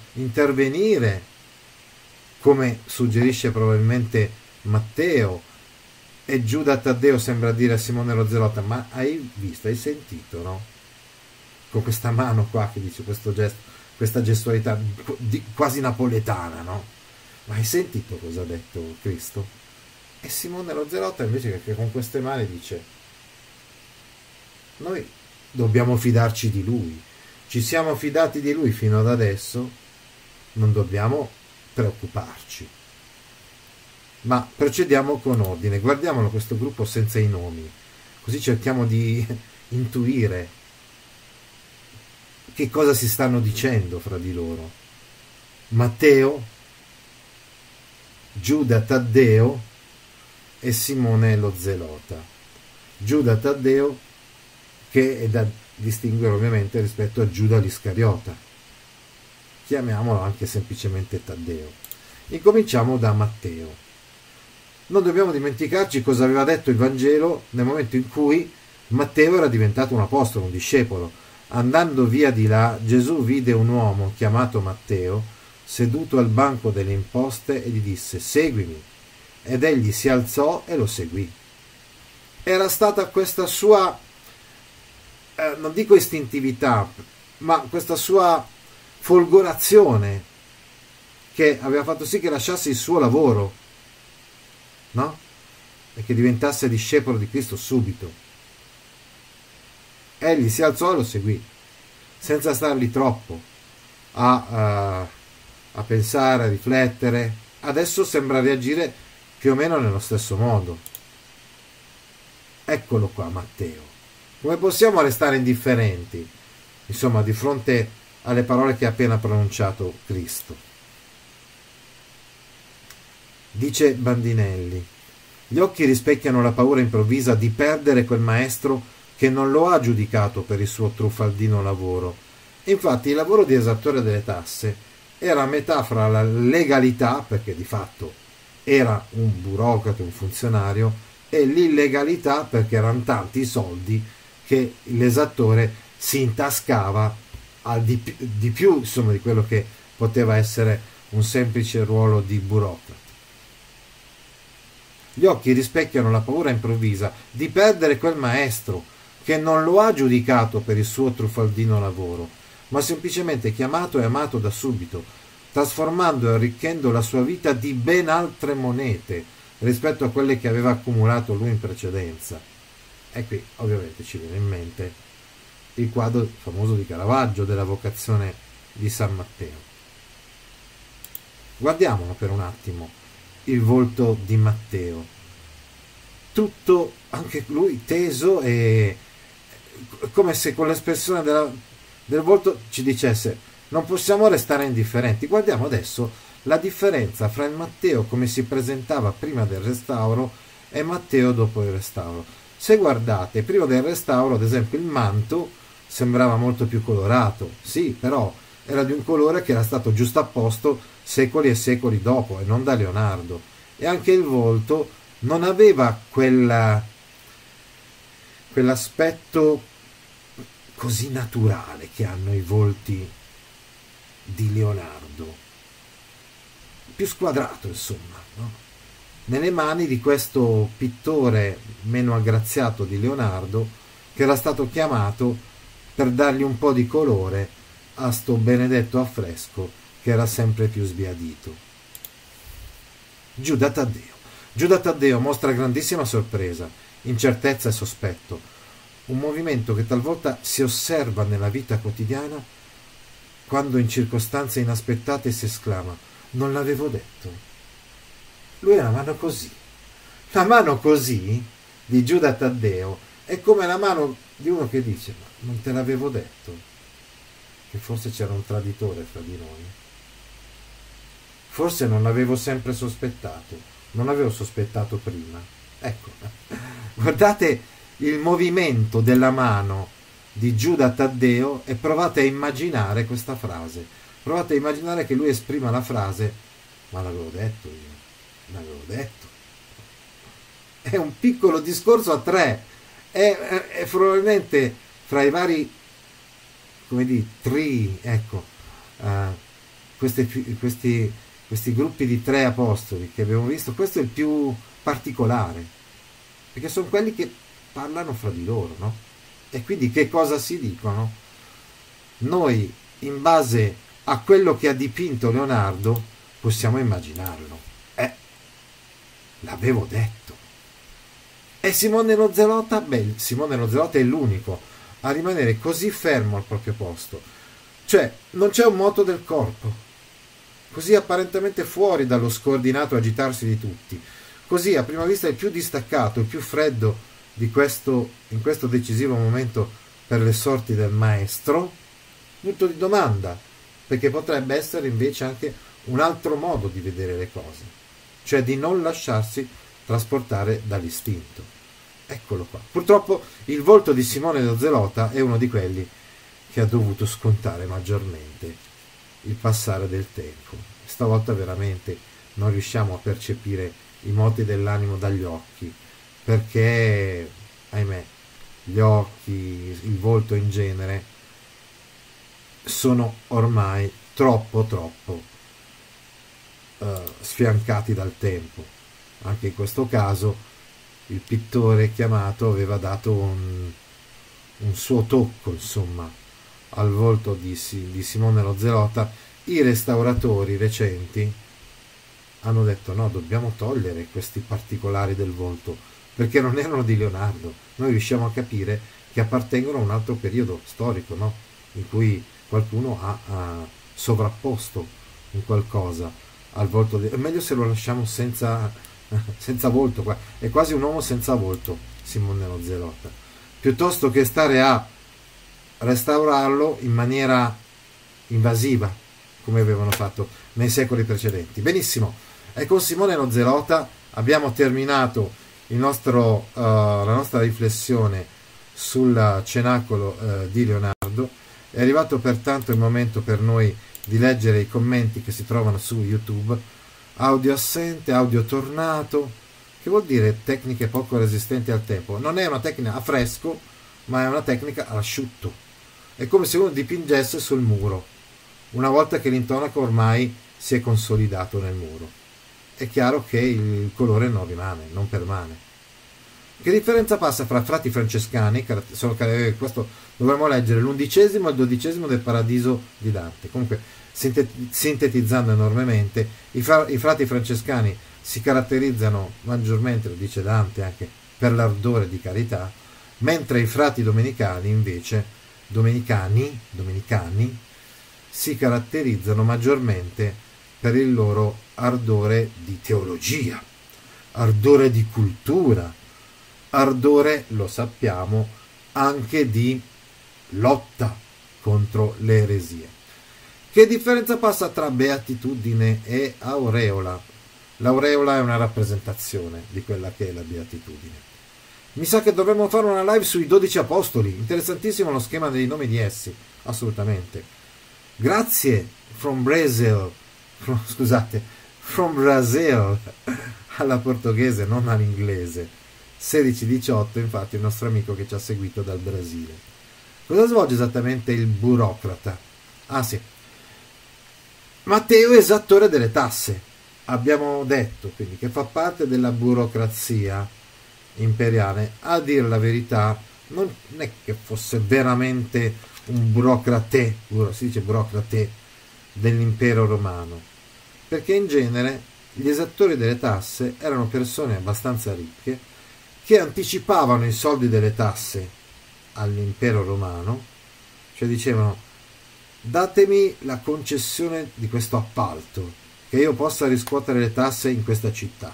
intervenire, come suggerisce probabilmente Matteo, E Giuda Taddeo sembra dire a Simone lo Zelota: ma hai visto, hai sentito, no? Con questa mano qua che dice questo gesto, questa gestualità quasi napoletana, no? Ma hai sentito cosa ha detto Cristo? E Simone lo Zelota invece che con queste mani dice: noi dobbiamo fidarci di lui, ci siamo fidati di lui fino ad adesso, non dobbiamo preoccuparci. Ma procediamo con ordine, guardiamolo questo gruppo senza i nomi, così cerchiamo di intuire che cosa si stanno dicendo fra di loro. Matteo, Giuda Taddeo e Simone lo Zelota. Giuda Taddeo, che è da distinguere ovviamente rispetto a Giuda l'Iscariota. Chiamiamolo anche semplicemente Taddeo. Incominciamo da Matteo. Non dobbiamo dimenticarci cosa aveva detto il Vangelo nel momento in cui Matteo era diventato un apostolo, un discepolo. Andando via di là, Gesù vide un uomo chiamato Matteo seduto al banco delle imposte e gli disse: seguimi. Ed egli si alzò e lo seguì. Era stata questa sua, non dico istintività, ma questa sua folgorazione che aveva fatto sì che lasciasse il suo lavoro, no? E che diventasse discepolo di Cristo subito. Egli si alzò e lo seguì, senza stargli troppo a pensare, a riflettere. Adesso sembra reagire più o meno nello stesso modo. Eccolo qua Matteo. Come possiamo restare indifferenti, insomma, di fronte alle parole che ha appena pronunciato Cristo? Dice Bandinelli: gli occhi rispecchiano la paura improvvisa di perdere quel maestro che non lo ha giudicato per il suo truffaldino lavoro. Infatti il lavoro di esattore delle tasse era a metà fra la legalità, perché di fatto era un burocrate, un funzionario, e l'illegalità, perché erano tanti i soldi che l'esattore si intascava di più, insomma, di quello che poteva essere un semplice ruolo di burocrate. Gli occhi rispecchiano la paura improvvisa di perdere quel maestro che non lo ha giudicato per il suo truffaldino lavoro, ma semplicemente chiamato e amato da subito, trasformando e arricchendo la sua vita di ben altre monete rispetto a quelle che aveva accumulato lui in precedenza. E qui ovviamente ci viene in mente il quadro famoso di Caravaggio della vocazione di San Matteo. Guardiamolo per un attimo il volto di Matteo, tutto anche lui teso, e come se con l'espressione del volto ci dicesse: non possiamo restare indifferenti. Guardiamo adesso la differenza fra il Matteo come si presentava prima del restauro e Matteo dopo il restauro. Se guardate, prima del restauro, ad esempio, il manto sembrava molto più colorato, sì, però era di un colore che era stato giustapposto secoli e secoli dopo, e non da Leonardo. E anche il volto non aveva quell'aspetto così naturale che hanno i volti di Leonardo, più squadrato, insomma, no? Nelle mani di questo pittore meno aggraziato di Leonardo, che era stato chiamato per dargli un po' di colore a sto benedetto affresco che era sempre più sbiadito. Giuda Taddeo mostra grandissima sorpresa, incertezza e sospetto, un movimento che talvolta si osserva nella vita quotidiana, quando in circostanze inaspettate si esclama: non l'avevo detto. Lui ha la mano così di Giuda Taddeo è come la mano di uno che dice: ma non te l'avevo detto che forse c'era un traditore fra di noi, forse non l'avevo sempre sospettato, non avevo sospettato prima. Ecco, guardate il movimento della mano di Giuda Taddeo e provate a immaginare questa frase, provate a immaginare che lui esprima la frase: ma l'avevo detto io, l'avevo detto. È un piccolo discorso a tre, è probabilmente fra i vari, come dire, ecco, questi gruppi di tre apostoli che abbiamo visto, questo è il più particolare, perché sono quelli che parlano fra di loro, no? E quindi che cosa si dicono? Noi, in base a quello che ha dipinto Leonardo, possiamo immaginarlo. L'avevo detto. E Simone lo Zelota? Beh, Simone lo Zelota è l'unico a rimanere così fermo al proprio posto. Cioè, non c'è un moto del corpo. Così apparentemente fuori dallo scordinato agitarsi di tutti. Così, a prima vista, il più distaccato, il più freddo in questo decisivo momento per le sorti del maestro. Punto di domanda, perché potrebbe essere invece anche un altro modo di vedere le cose, cioè di non lasciarsi trasportare dall'istinto. Eccolo qua. Purtroppo il volto di Simone lo Zelota è uno di quelli che ha dovuto scontare maggiormente il passare del tempo. Stavolta veramente non riusciamo a percepire i moti dell'animo dagli occhi, perché, ahimè, gli occhi, il volto in genere, sono ormai troppo sfiancati dal tempo. Anche in questo caso il pittore chiamato aveva dato un suo tocco, insomma, al volto di Simone lo Zelota. I restauratori recenti hanno detto no, dobbiamo togliere questi particolari del volto, perché non erano di Leonardo. Noi riusciamo a capire che appartengono a un altro periodo storico, no? In cui qualcuno ha sovrapposto un qualcosa al volto. È meglio se lo lasciamo senza volto. È quasi un uomo senza volto Simone lo Zelota, piuttosto che stare a restaurarlo in maniera invasiva come avevano fatto nei secoli precedenti. Benissimo, e con Simone lo Zelota abbiamo terminato la nostra riflessione sul cenacolo di Leonardo. È arrivato pertanto il momento per noi di leggere i commenti che si trovano su YouTube. Audio assente, audio tornato, che vuol dire tecniche poco resistenti al tempo. Non è una tecnica a fresco, ma è una tecnica all'asciutto. È come se uno dipingesse sul muro, una volta che l'intonaco ormai si è consolidato nel muro. È chiaro che il colore non permane. Che differenza passa fra frati francescani? Questo dovremmo leggere l'11° e il 12° del Paradiso di Dante. Comunque, sintetizzando enormemente, i frati francescani si caratterizzano maggiormente, lo dice Dante, anche per l'ardore di carità, mentre i frati domenicani invece, domenicani, si caratterizzano maggiormente per il loro ardore di teologia, ardore di cultura, ardore, lo sappiamo, anche di lotta contro le eresie. Che differenza passa tra beatitudine e aureola? L'aureola è una rappresentazione di quella che è la beatitudine. Mi sa che dovremmo fare una live sui 12 apostoli. Interessantissimo lo schema dei nomi di essi, assolutamente. Grazie from Brazil alla portoghese, non all'inglese. 16-18, infatti, il nostro amico che ci ha seguito dal Brasile. Cosa svolge esattamente il burocrata? Ah sì, Matteo è esattore delle tasse. Abbiamo detto quindi che fa parte della burocrazia imperiale. A dire la verità, non è che fosse veramente un burocrate, si dice burocrate, dell'impero romano, perché in genere gli esattori delle tasse erano persone abbastanza ricche che anticipavano i soldi delle tasse all'impero romano, cioè dicevano: datemi la concessione di questo appalto, che io possa riscuotere le tasse in questa città.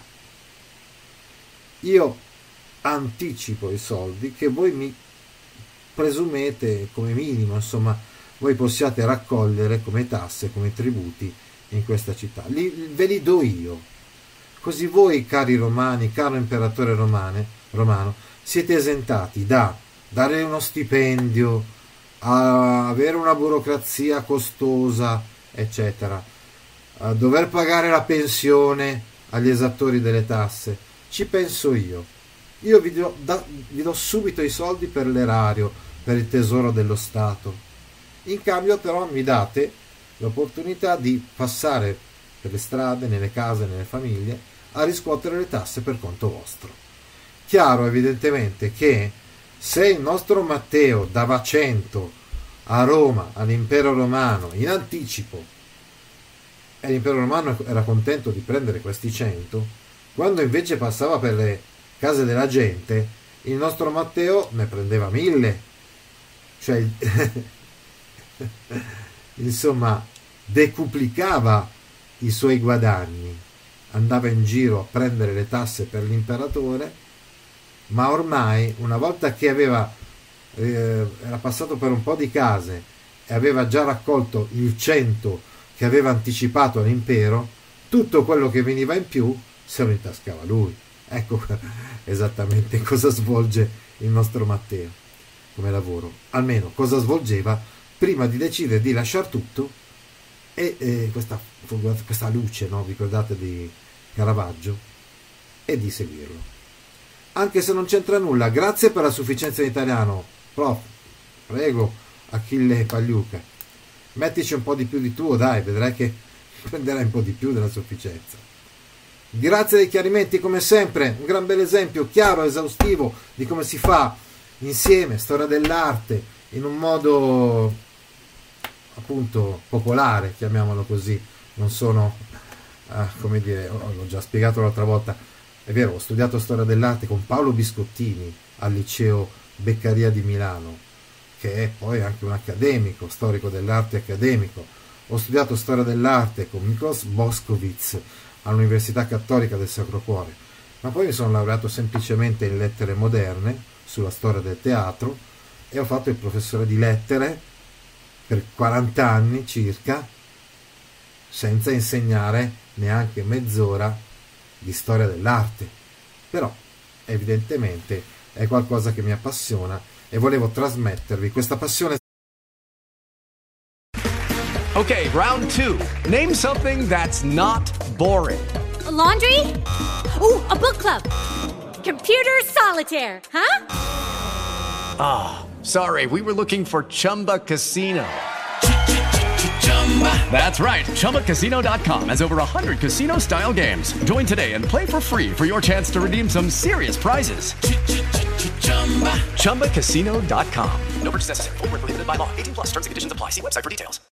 Io anticipo i soldi che voi mi presumete come minimo, insomma, voi possiate raccogliere come tasse, come tributi in questa città. Ve li do io. Così voi, cari romani, caro imperatore romano, siete esentati da dare uno stipendio, a avere una burocrazia costosa, eccetera, a dover pagare la pensione agli esattori delle tasse. Ci penso io vi do subito i soldi per l'erario, per il tesoro dello Stato. In cambio però mi date l'opportunità di passare per le strade, nelle case, nelle famiglie, a riscuotere le tasse per conto vostro. chiaro evidentemente che se il nostro Matteo dava 100 a Roma, all'impero romano, in anticipo, e l'impero romano era contento di prendere questi 100, quando invece passava per le case della gente, il nostro Matteo ne prendeva 1000, cioè insomma decuplicava i suoi guadagni, andava in giro a prendere le tasse per l'imperatore, ma ormai una volta che era passato per un po' di case e aveva già raccolto il 100 che aveva anticipato all'impero, tutto quello che veniva in più se lo intascava lui. Ecco esattamente cosa svolge il nostro Matteo come lavoro, almeno cosa svolgeva prima di decidere di lasciare tutto e questa luce, no? Vi ricordate di Caravaggio, e di seguirlo, anche se non c'entra nulla. Grazie per la sufficienza in italiano, prof, prego. Achille Pagliuca, mettici un po' di più di tuo, dai, vedrai che prenderai un po' di più della sufficienza. Grazie dei chiarimenti come sempre, un gran bel esempio chiaro, esaustivo di come si fa insieme storia dell'arte in un modo appunto popolare, chiamiamolo così. Non sono come dire, l'ho già spiegato l'altra volta, è vero, ho studiato storia dell'arte con Paolo Biscottini al liceo Beccaria di Milano, che è poi anche un accademico, storico dell'arte accademico. Ho studiato storia dell'arte con Miklos Boskowitz all'Università Cattolica del Sacro Cuore, ma poi mi sono laureato semplicemente in lettere moderne sulla storia del teatro e ho fatto il professore di lettere per 40 anni circa, senza insegnare neanche mezz'ora di storia dell'arte. Però evidentemente è qualcosa che mi appassiona e volevo trasmettervi questa passione. Okay, round 2. Name something that's not boring. A laundry? Ooh, a book club. Computer solitaire, huh? Ah, sorry, we were looking for Chumba Casino. That's right, ChumbaCasino.com has over 100 casino-style games. Join today and play for free for your chance to redeem some serious prizes. ChumbaCasino.com. No purchase necessary. Void where prohibited by law. 18+ terms and conditions apply. See website for details.